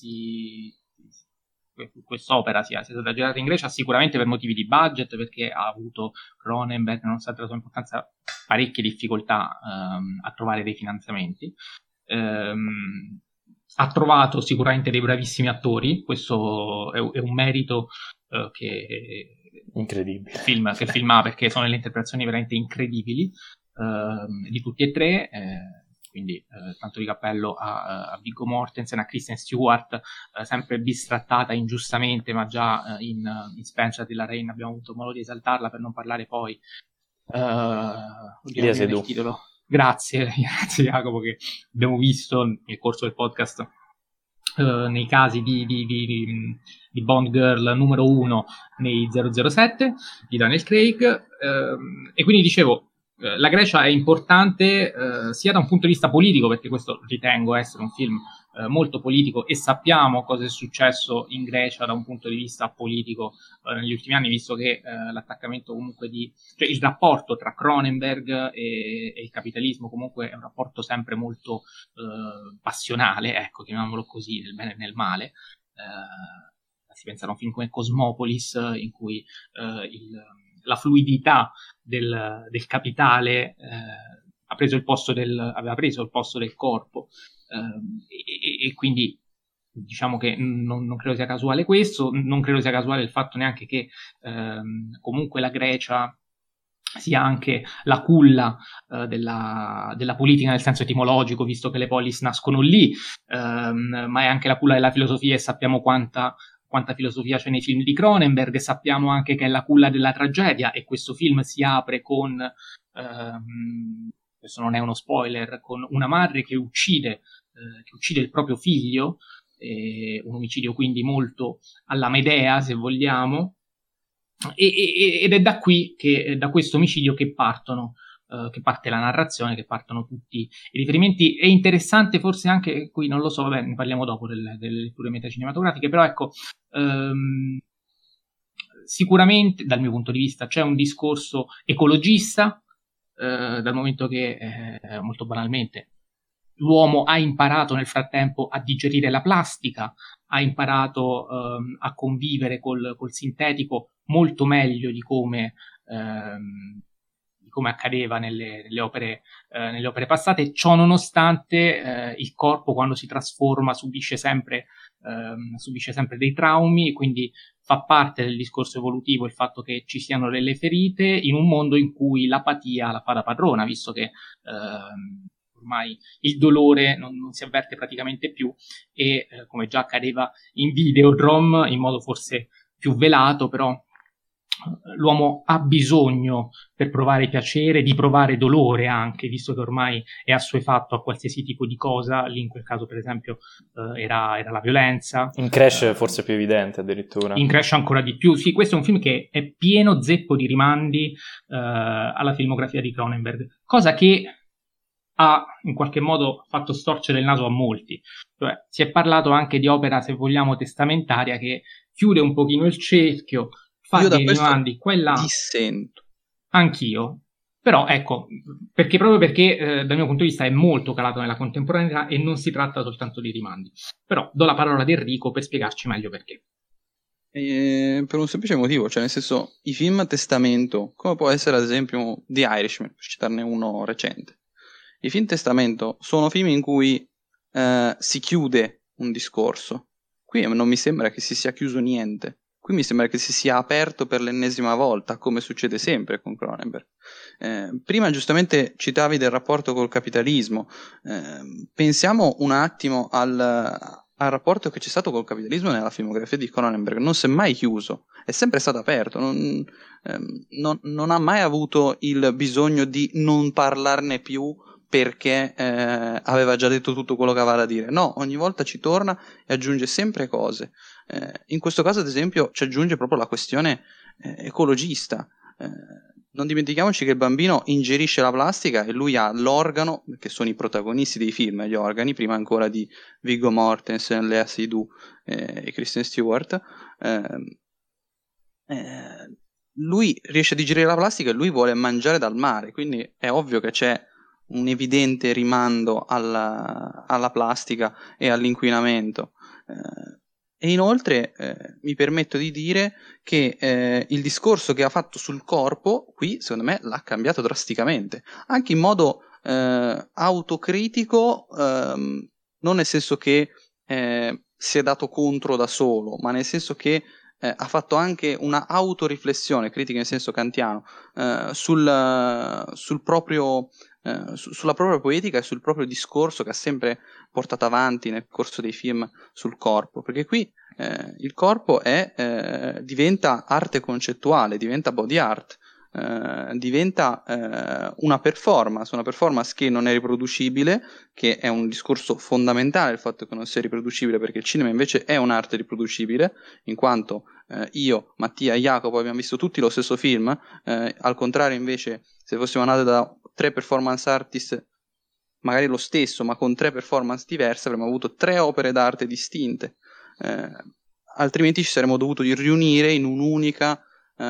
quest'opera sia stata girata in Grecia, sicuramente per motivi di budget, perché ha avuto Cronenberg, nonostante la sua importanza, parecchie difficoltà a trovare dei finanziamenti. Ha trovato sicuramente dei bravissimi attori, questo è un merito che incredibile che il film ha, perché sono delle interpretazioni veramente incredibili di tutti e tre, quindi tanto di cappello a Viggo Mortensen, a Kristen Stewart, sempre bistrattata ingiustamente, ma già in Spencer della Reign abbiamo avuto modo di esaltarla, per non parlare poi del titolo. Grazie Jacopo, che abbiamo visto nel corso del podcast nei casi di Bond Girl numero 1 nei 007 di Daniel Craig, e quindi dicevo, la Grecia è importante sia da un punto di vista politico, perché questo ritengo essere un film molto politico, e sappiamo cosa è successo in Grecia da un punto di vista politico negli ultimi anni, visto che l'attaccamento comunque cioè il rapporto tra Cronenberg e il capitalismo comunque è un rapporto sempre molto passionale, ecco, chiamiamolo così, nel bene e nel male. Si pensa a un film come Cosmopolis, in cui la fluidità del capitale aveva preso il posto del corpo, e quindi diciamo che non credo sia casuale questo, non credo sia casuale il fatto neanche che comunque la Grecia sia anche la culla della politica nel senso etimologico, visto che le polis nascono lì, ma è anche la culla della filosofia, e sappiamo quanta filosofia c'è nei film di Cronenberg, e sappiamo anche che è la culla della tragedia, e questo film si apre con, questo non è uno spoiler, con una madre che uccide il proprio figlio, un omicidio quindi molto alla Medea, se vogliamo, ed è da questo omicidio che parte la narrazione, che partono tutti i riferimenti. È interessante forse anche, qui non lo so, vabbè, ne parliamo dopo delle letture metacinematografiche, però ecco, sicuramente dal mio punto di vista c'è un discorso ecologista, dal momento che molto banalmente l'uomo ha imparato nel frattempo a digerire la plastica, ha imparato a convivere col sintetico molto meglio di come come accadeva nelle opere passate. Ciò nonostante, il corpo, quando si trasforma, subisce sempre dei traumi, e quindi fa parte del discorso evolutivo il fatto che ci siano delle ferite in un mondo in cui l'apatia la fa da padrona, visto che ormai il dolore non si avverte praticamente più, e come già accadeva in Videodrome, in modo forse più velato, però l'uomo ha bisogno, per provare piacere, di provare dolore anche, visto che ormai è assuefatto a qualsiasi tipo di cosa. Lì in quel caso, per esempio, era la violenza. In Crash forse più evidente addirittura. In Crash ancora di più. Sì, questo è un film che è pieno zeppo di rimandi alla filmografia di Cronenberg, cosa che ha in qualche modo fatto storcere il naso a molti. Cioè, si è parlato anche di opera, se vogliamo, testamentaria, che chiude un pochino il cerchio, fa Io da dei questo rimandi, quella dissento. Anch'io. Però ecco, proprio perché dal mio punto di vista è molto calato nella contemporaneità e non si tratta soltanto di rimandi. Però do la parola ad Enrico per spiegarci meglio perché. Per un semplice motivo, cioè nel senso, i film a testamento, come può essere ad esempio The Irishman, per citarne uno recente. I film testamento sono film in cui si chiude un discorso. Qui non mi sembra che si sia chiuso niente. Qui mi sembra che si sia aperto per l'ennesima volta, come succede sempre con Cronenberg. Prima giustamente citavi del rapporto col capitalismo. Pensiamo un attimo al rapporto che c'è stato col capitalismo nella filmografia di Cronenberg. Non si è mai chiuso, è sempre stato aperto. Non ha mai avuto il bisogno di non parlarne più perché aveva già detto tutto quello che aveva da dire. No, ogni volta ci torna e aggiunge sempre cose. In questo caso, ad esempio, ci aggiunge proprio la questione ecologista. Non dimentichiamoci che il bambino ingerisce la plastica e lui ha l'organo, che sono i protagonisti dei film, gli organi, prima ancora di Viggo Mortensen, Lea Seydoux e Kristen Stewart. Lui riesce a digerire la plastica e lui vuole mangiare dal mare, quindi è ovvio che c'è un evidente rimando alla plastica e all'inquinamento. E inoltre mi permetto di dire che il discorso che ha fatto sul corpo qui secondo me l'ha cambiato drasticamente, anche in modo autocritico, non nel senso che si è dato contro da solo, ma nel senso che ha fatto anche una autoriflessione, critica in senso kantiano, sul proprio sulla propria poetica e sul proprio discorso che ha sempre portato avanti nel corso dei film sul corpo, perché qui il corpo diventa arte concettuale, diventa body art, diventa una performance che non è riproducibile, che è un discorso fondamentale il fatto che non sia riproducibile, perché il cinema invece è un'arte riproducibile, in quanto io, Mattia e Jacopo abbiamo visto tutti lo stesso film, al contrario invece se fossimo andati da 3 performance artist, magari lo stesso, ma con 3 performance diverse, avremmo avuto 3 opere d'arte distinte. Altrimenti ci saremmo dovuti riunire in un'unica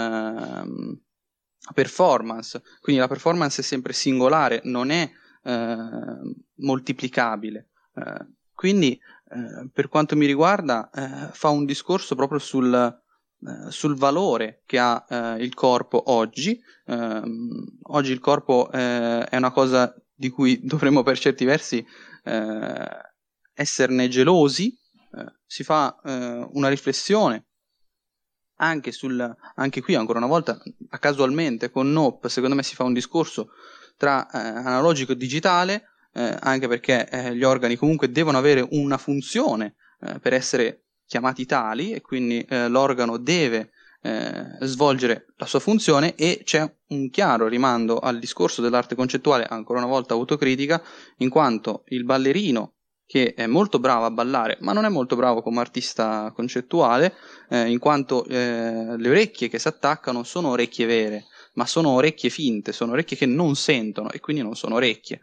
performance. Quindi la performance è sempre singolare, non è moltiplicabile. Quindi, per quanto mi riguarda, fa un discorso proprio sul valore che ha il corpo oggi. Oggi il corpo è una cosa di cui dovremmo per certi versi esserne gelosi. Si fa una riflessione anche qui ancora una volta casualmente con Nope, secondo me si fa un discorso tra analogico e digitale, anche perché gli organi comunque devono avere una funzione per essere chiamati tali, e quindi l'organo deve svolgere la sua funzione, e c'è un chiaro rimando al discorso dell'arte concettuale, ancora una volta autocritica, in quanto il ballerino, che è molto bravo a ballare ma non è molto bravo come artista concettuale, in quanto le orecchie che si attaccano sono orecchie vere, ma sono orecchie finte, sono orecchie che non sentono e quindi non sono orecchie.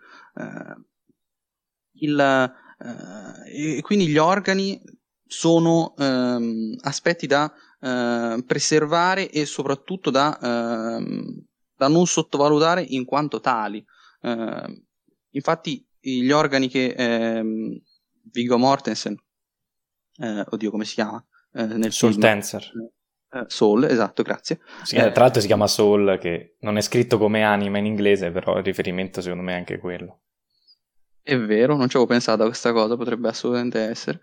E quindi gli organi sono aspetti da preservare e soprattutto da non sottovalutare in quanto tali. Infatti gli organi che Viggo Mortensen, oddio come si chiama nel Sul film? Tenser. Soul, esatto, grazie. Tra l'altro si chiama Soul, che non è scritto come anima in inglese, però il riferimento secondo me è anche quello. È vero, non ci avevo pensato a questa cosa, potrebbe assolutamente essere.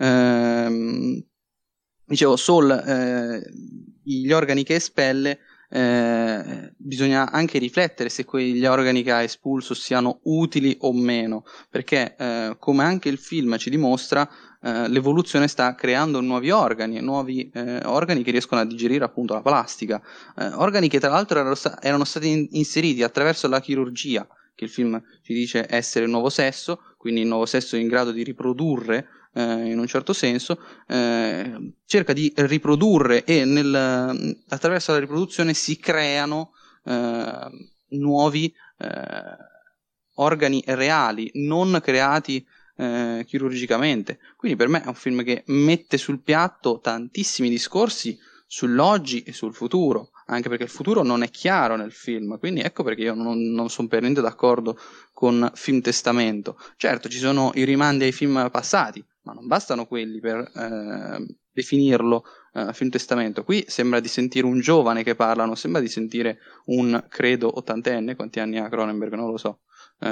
Dicevo, Soul, gli organi che espelle, bisogna anche riflettere se quegli organi che ha espulso siano utili o meno, perché come anche il film ci dimostra, l'evoluzione sta creando nuovi organi che riescono a digerire appunto la plastica, organi che tra l'altro erano stati inseriti attraverso la chirurgia, che il film ci dice essere il nuovo sesso, quindi il nuovo sesso è in grado di riprodurre in un certo senso, cerca di riprodurre e attraverso la riproduzione si creano nuovi organi reali, non creati chirurgicamente. Quindi per me è un film che mette sul piatto tantissimi discorsi sull'oggi e sul futuro, anche perché il futuro non è chiaro nel film, quindi ecco perché io non sono per niente d'accordo con Film Testamento. Certo, ci sono i rimandi ai film passati, ma non bastano quelli per definirlo Film Testamento. Qui sembra di sentire un giovane che parla, non sembra di sentire un, credo, ottantenne. Quanti anni ha Cronenberg? Non lo so.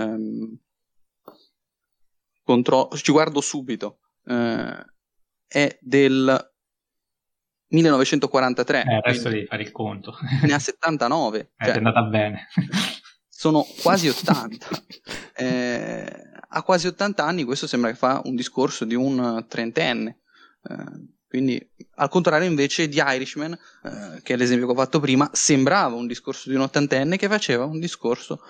Ci guardo subito. È del 1943. Adesso devi fare il conto. Ne ha 79. È andata bene. Sono quasi 80. A quasi 80 anni questo sembra che fa un discorso di un trentenne. Quindi, al contrario invece di Irishman, che è l'esempio che ho fatto prima, sembrava un discorso di un ottantenne che faceva un discorso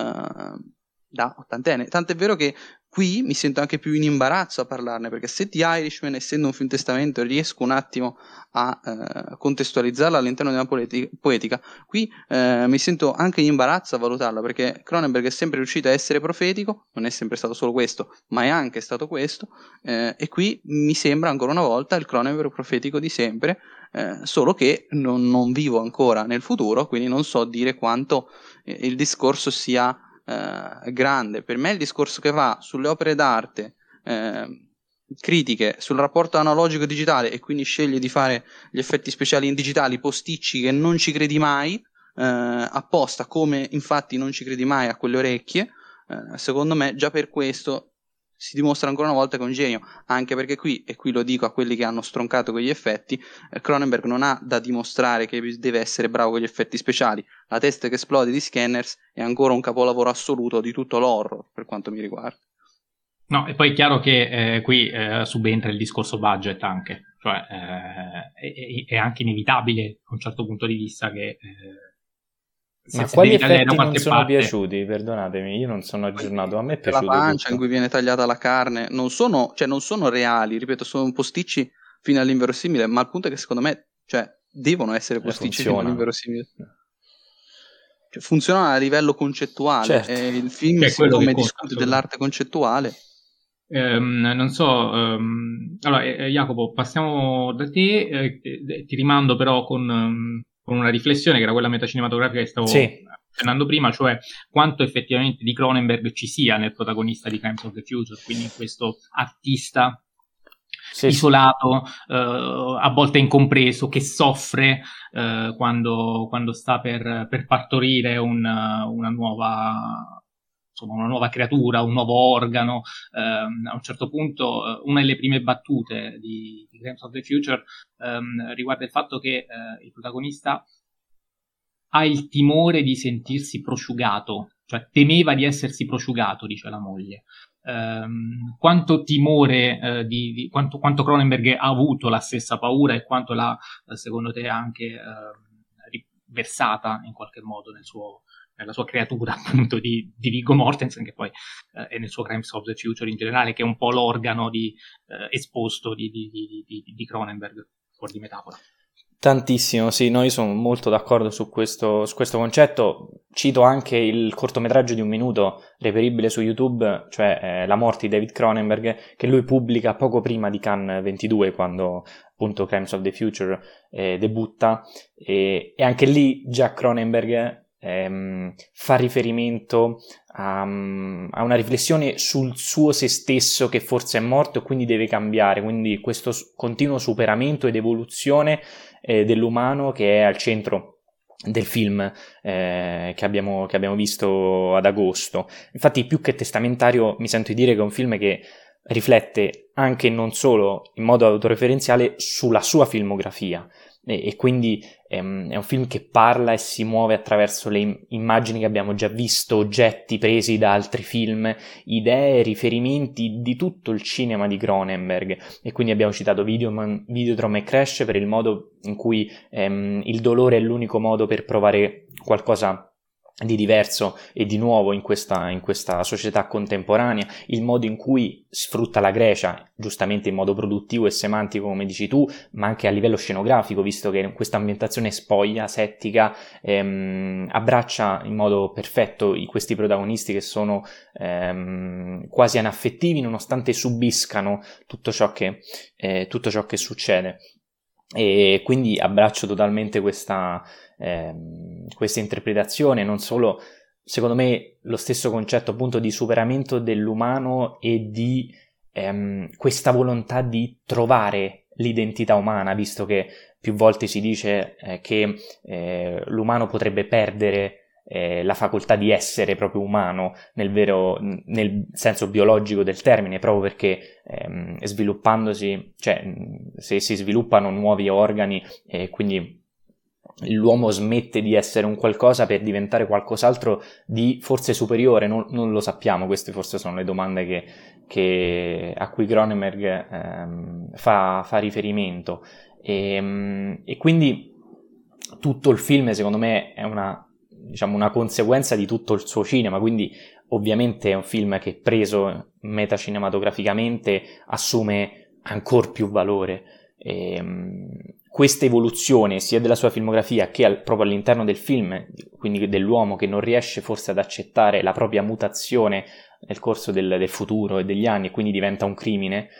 da ottantenne. Tant'è vero che qui mi sento anche più in imbarazzo a parlarne, perché se The Irishman, essendo un film testamento, riesco un attimo a contestualizzarla all'interno di una poetica, qui mi sento anche in imbarazzo a valutarla, perché Cronenberg è sempre riuscito a essere profetico, non è sempre stato solo questo, ma è anche stato questo, e qui mi sembra ancora una volta il Cronenberg profetico di sempre, solo che non vivo ancora nel futuro, quindi non so dire quanto il discorso sia grande. Per me il discorso che va sulle opere d'arte critiche, sul rapporto analogico digitale, e quindi sceglie di fare gli effetti speciali in digitali posticci che non ci credi mai, apposta, come infatti non ci credi mai a quelle orecchie, secondo me già per questo si dimostra ancora una volta che è un genio, anche perché qui, e qui lo dico a quelli che hanno stroncato quegli effetti, Cronenberg non ha da dimostrare che deve essere bravo con gli effetti speciali. La testa che esplode di Scanners è ancora un capolavoro assoluto di tutto l'horror, per quanto mi riguarda. No, e poi è chiaro che qui subentra il discorso budget anche, cioè è anche inevitabile da un certo punto di vista che ma quali effetti non sono piaciuti? Perdonatemi, io non sono aggiornato. A me è piaciuto la pancia tutto. in cui viene tagliata la carne non sono reali, ripeto, sono posticci fino all'inverosimile, ma il punto è che secondo me devono essere posticci fino all'inverosimile. Funzionano a livello concettuale, certo. Il film siccome discute dell'arte concettuale. Non so, allora Jacopo, passiamo da te, ti rimando però con una riflessione che era quella metacinematografica che stavo accennando prima, cioè quanto effettivamente di Cronenberg ci sia nel protagonista di Crimes of the Future, quindi questo artista isolato, a volte incompreso, che soffre quando sta per partorire una nuova creatura, un nuovo organo. A un certo punto una delle prime battute di Crimes of the Future riguarda il fatto che il protagonista ha il timore di sentirsi prosciugato, cioè temeva di essersi prosciugato, dice la moglie. Quanto timore, quanto Cronenberg ha avuto la stessa paura e quanto l'ha, secondo te, anche riversata in qualche modo nella sua creatura appunto di Viggo Mortensen, che poi è nel suo Crimes of the Future in generale, che è un po' l'organo esposto di Cronenberg, fuori di metafora. Tantissimo, sì, no, io sono molto d'accordo su questo concetto. Cito anche il cortometraggio di 1 minuto reperibile su YouTube, cioè La morte di David Cronenberg, che lui pubblica poco prima di Cannes 22, quando appunto Crimes of the Future debutta, e anche lì già Cronenberg fa riferimento a una riflessione sul suo se stesso, che forse è morto e quindi deve cambiare, quindi questo continuo superamento ed evoluzione dell'umano che è al centro del film che abbiamo visto ad agosto. Infatti, più che testamentario, mi sento di dire che è un film che riflette anche non solo in modo autoreferenziale sulla sua filmografia, e quindi è un film che parla e si muove attraverso le immagini che abbiamo già visto, oggetti presi da altri film, idee, riferimenti di tutto il cinema di Cronenberg. E quindi abbiamo citato Videodrome e Crash per il modo in cui il dolore è l'unico modo per provare qualcosa di diverso e di nuovo in questa società contemporanea, il modo in cui sfrutta la Grecia, giustamente in modo produttivo e semantico come dici tu, ma anche a livello scenografico, visto che questa ambientazione spoglia, settica, abbraccia in modo perfetto questi protagonisti che sono quasi anaffettivi nonostante subiscano tutto ciò che succede. E quindi abbraccio totalmente questa interpretazione, non solo, secondo me, lo stesso concetto appunto di superamento dell'umano e di questa volontà di trovare l'identità umana, visto che più volte si dice che l'umano potrebbe perdere la facoltà di essere proprio umano nel senso biologico del termine, proprio perché sviluppandosi, cioè se si sviluppano nuovi organi e quindi l'uomo smette di essere un qualcosa per diventare qualcos'altro di forse superiore, non lo sappiamo. Queste forse sono le domande a cui Cronenberg fa riferimento, e quindi tutto il film secondo me è una conseguenza di tutto il suo cinema, quindi ovviamente è un film che preso metacinematograficamente assume ancor più valore. Questa evoluzione sia della sua filmografia che proprio all'interno del film, quindi dell'uomo che non riesce forse ad accettare la propria mutazione nel corso del futuro e degli anni e quindi diventa un crimine,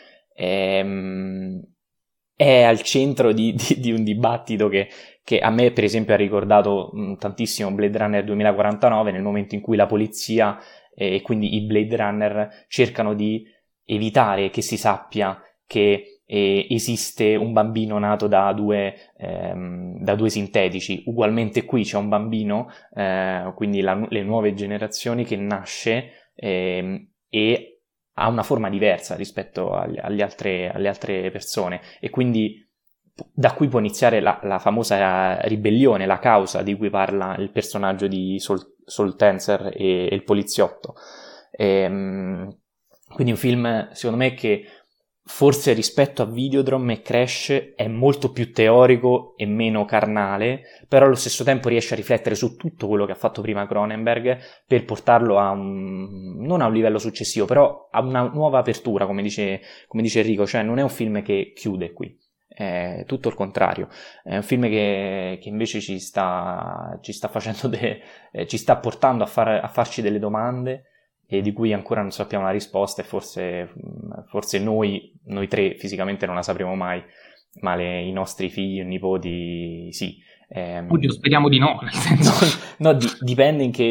è al centro di un dibattito che a me per esempio ha ricordato tantissimo Blade Runner 2049, nel momento in cui la polizia e quindi i Blade Runner cercano di evitare che si sappia che esiste un bambino nato da due sintetici. Ugualmente qui c'è un bambino, quindi le nuove generazioni, che nasce e ha una forma diversa rispetto alle altre persone, e quindi da qui può iniziare la famosa ribellione, la causa di cui parla il personaggio di Saul Tenser e il poliziotto. Quindi un film, secondo me, che forse rispetto a Videodrome e Crash è molto più teorico e meno carnale, però allo stesso tempo riesce a riflettere su tutto quello che ha fatto prima Cronenberg per portarlo non a un livello successivo, però a una nuova apertura, come dice Enrico, cioè non è un film che chiude qui, è tutto il contrario, è un film che invece ci sta facendo ci sta portando a farci delle domande e di cui ancora non sappiamo la risposta, e forse noi tre fisicamente non la sapremo mai, ma i nostri figli e nipoti sì. Oddio, speriamo di no, nel senso... No, dipende in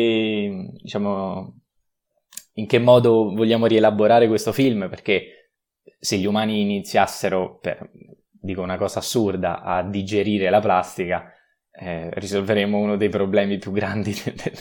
che modo vogliamo rielaborare questo film, perché se gli umani iniziassero, dico una cosa assurda, a digerire la plastica, risolveremo uno dei problemi più grandi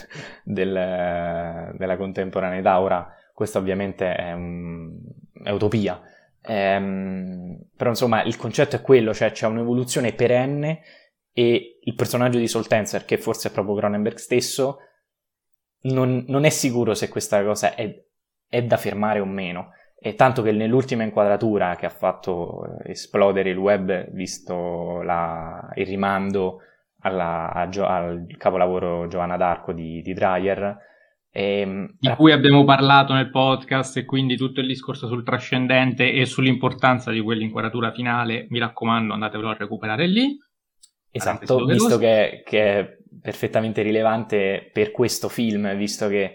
della contemporaneità. Ora, questo ovviamente è utopia, però insomma il concetto è quello, cioè c'è un'evoluzione perenne, e il personaggio di Saul Tenser, che forse è proprio Cronenberg stesso, non è sicuro se questa cosa è da fermare o meno. E tanto che nell'ultima inquadratura che ha fatto esplodere il web, visto il rimando al capolavoro Giovanna d'Arco di Dreyer, di cui abbiamo parlato nel podcast, e quindi tutto il discorso sul trascendente e sull'importanza di quell'inquadratura finale, mi raccomando, andatevelo a recuperare lì. Esatto, visto che è perfettamente rilevante per questo film, visto che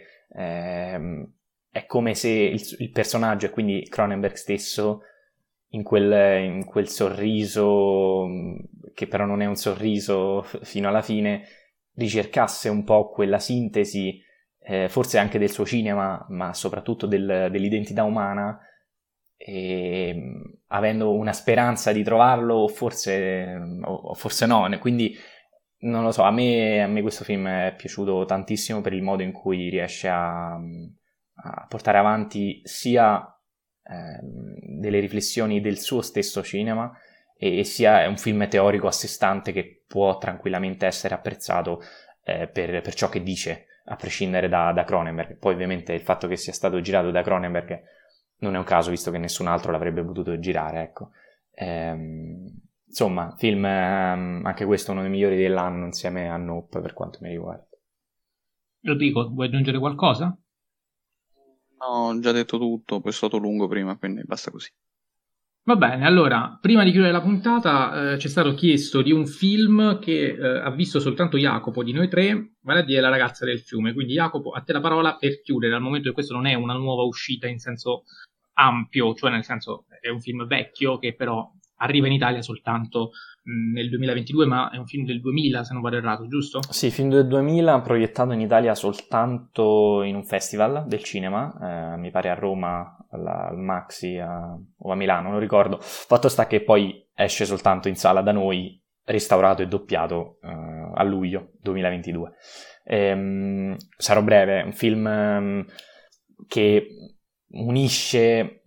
è come se il personaggio, e quindi Cronenberg stesso, in quel sorriso, che però non è un sorriso fino alla fine, ricercasse un po' quella sintesi, forse anche del suo cinema, ma soprattutto dell'identità umana, avendo una speranza di trovarlo o forse no, quindi non lo so, a me questo film è piaciuto tantissimo per il modo in cui riesce a portare avanti sia delle riflessioni del suo stesso cinema e sia un film teorico a sé stante che può tranquillamente essere apprezzato per ciò che dice, a prescindere da Cronenberg. Poi ovviamente il fatto che sia stato girato da Cronenberg non è un caso, visto che nessun altro l'avrebbe potuto girare, ecco. Insomma, film, anche questo è uno dei migliori dell'anno insieme a Nope per quanto mi riguarda. Rodrigo, vuoi aggiungere qualcosa? No, ho già detto tutto, poi è stato lungo prima, quindi basta così. Va bene, allora, prima di chiudere la puntata ci è stato chiesto di un film che ha visto soltanto Jacopo di noi tre, vale a dire La ragazza del fiume. Quindi Jacopo, a te la parola per chiudere, al momento che questo non è una nuova uscita in senso ampio, cioè nel senso è un film vecchio che però arriva in Italia soltanto nel 2022, ma è un film del 2000 se non vado errato, giusto? Sì, film del 2000, proiettato in Italia soltanto in un festival del cinema, mi pare a Roma, al Maxi o a Milano, non ricordo. Fatto sta che poi esce soltanto in sala da noi, restaurato e doppiato a luglio 2022. Sarò breve, un film che unisce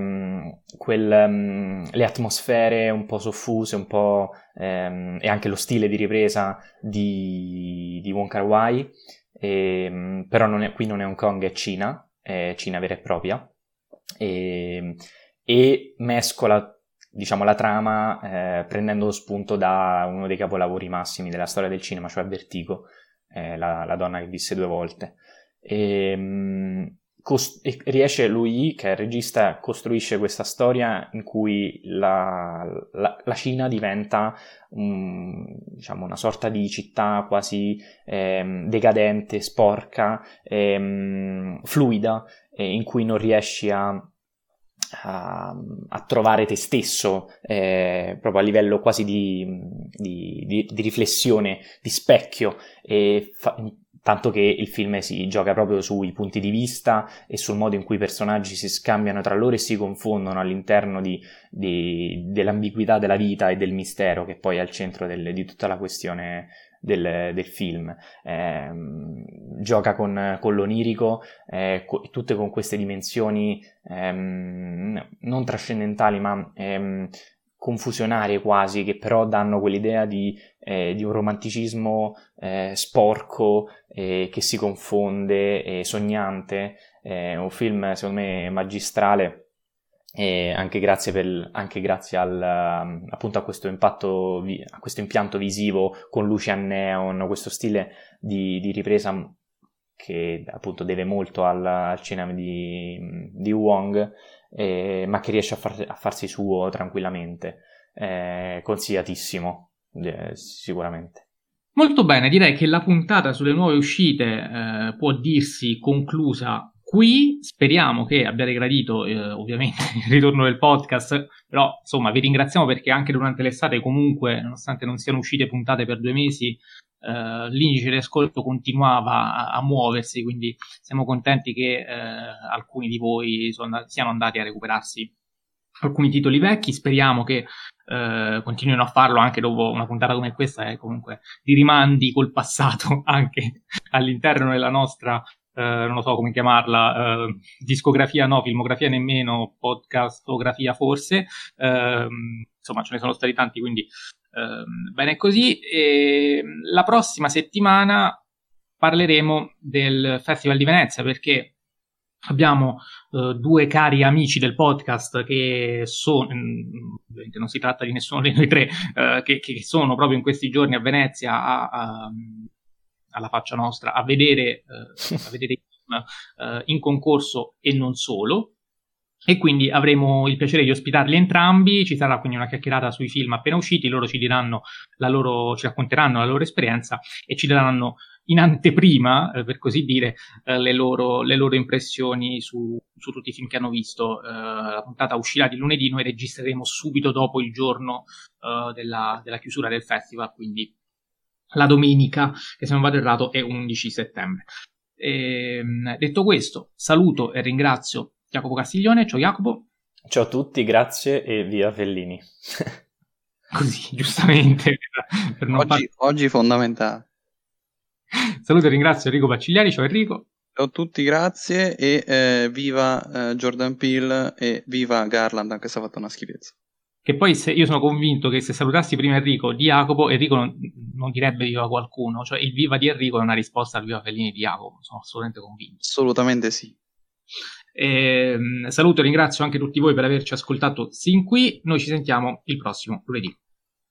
le atmosfere un po' soffuse, un po' e anche lo stile di ripresa di Wong Kar-wai, però qui non è Hong Kong, è Cina vera e propria, e mescola, diciamo, la trama prendendo lo spunto da uno dei capolavori massimi della storia del cinema, cioè Vertigo, la donna che visse 2 volte. E riesce lui, che è il regista, costruisce questa storia in cui la Cina diventa diciamo una sorta di città quasi decadente, sporca, fluida, in cui non riesci a trovare te stesso, proprio a livello quasi di riflessione, di specchio, tanto che il film si gioca proprio sui punti di vista e sul modo in cui i personaggi si scambiano tra loro e si confondono all'interno dell'ambiguità della vita e del mistero che poi è al centro di tutta la questione del film. Gioca con l'onirico, tutte con queste dimensioni non trascendentali ma confusionarie quasi, che però danno quell'idea di un romanticismo sporco, che si confonde, sognante. Un film secondo me magistrale, anche grazie appunto a questo impatto, a questo impianto visivo con luci a neon, questo stile di ripresa che appunto deve molto al cinema di Wong, ma che riesce a farsi suo tranquillamente. Consigliatissimo, sicuramente. Molto bene, direi che la puntata sulle nuove uscite può dirsi conclusa qui. Speriamo che abbiate gradito ovviamente il ritorno del podcast, però insomma vi ringraziamo perché anche durante l'estate comunque, nonostante non siano uscite puntate per 2 mesi, l'indice di ascolto continuava a muoversi, quindi siamo contenti che alcuni di voi siano andati a recuperarsi alcuni titoli vecchi. Speriamo che continuino a farlo anche dopo una puntata come questa, comunque di rimandi col passato anche all'interno della nostra non lo so come chiamarla, discografia no, filmografia nemmeno, podcastografia forse, insomma ce ne sono stati tanti, quindi bene così. E la prossima settimana parleremo del Festival di Venezia, perché abbiamo 2 cari amici del podcast che sono, ovviamente non si tratta di nessuno dei noi 3, che sono proprio in questi giorni a Venezia alla faccia nostra a vedere i film in concorso e non solo, e quindi avremo il piacere di ospitarli entrambi. Ci sarà quindi una chiacchierata sui film appena usciti, loro ci diranno ci racconteranno la loro esperienza e ci daranno in anteprima, per così dire, le loro impressioni su tutti i film che hanno visto. La puntata uscirà di lunedì, noi registreremo subito dopo il giorno della chiusura del festival, quindi la domenica, che se non vado errato è 11 settembre. Detto questo, saluto e ringrazio Jacopo Castiglione. Ciao Jacopo. Ciao a tutti, grazie e via Fellini. Così, giustamente. Per non Oggi fondamentale. Saluto e ringrazio Enrico Baccigliari. Ciao Enrico. Ciao a tutti, grazie e viva Jordan Peele e viva Garland, anche se ha fatto una schifezza. Che poi io sono convinto che se salutassi prima Enrico di Jacopo, Enrico non direbbe viva qualcuno, cioè il viva di Enrico è una risposta al viva Fellini di Jacopo, sono assolutamente convinto. Assolutamente sì. Saluto e ringrazio anche tutti voi per averci ascoltato sin qui, noi ci sentiamo il prossimo lunedì.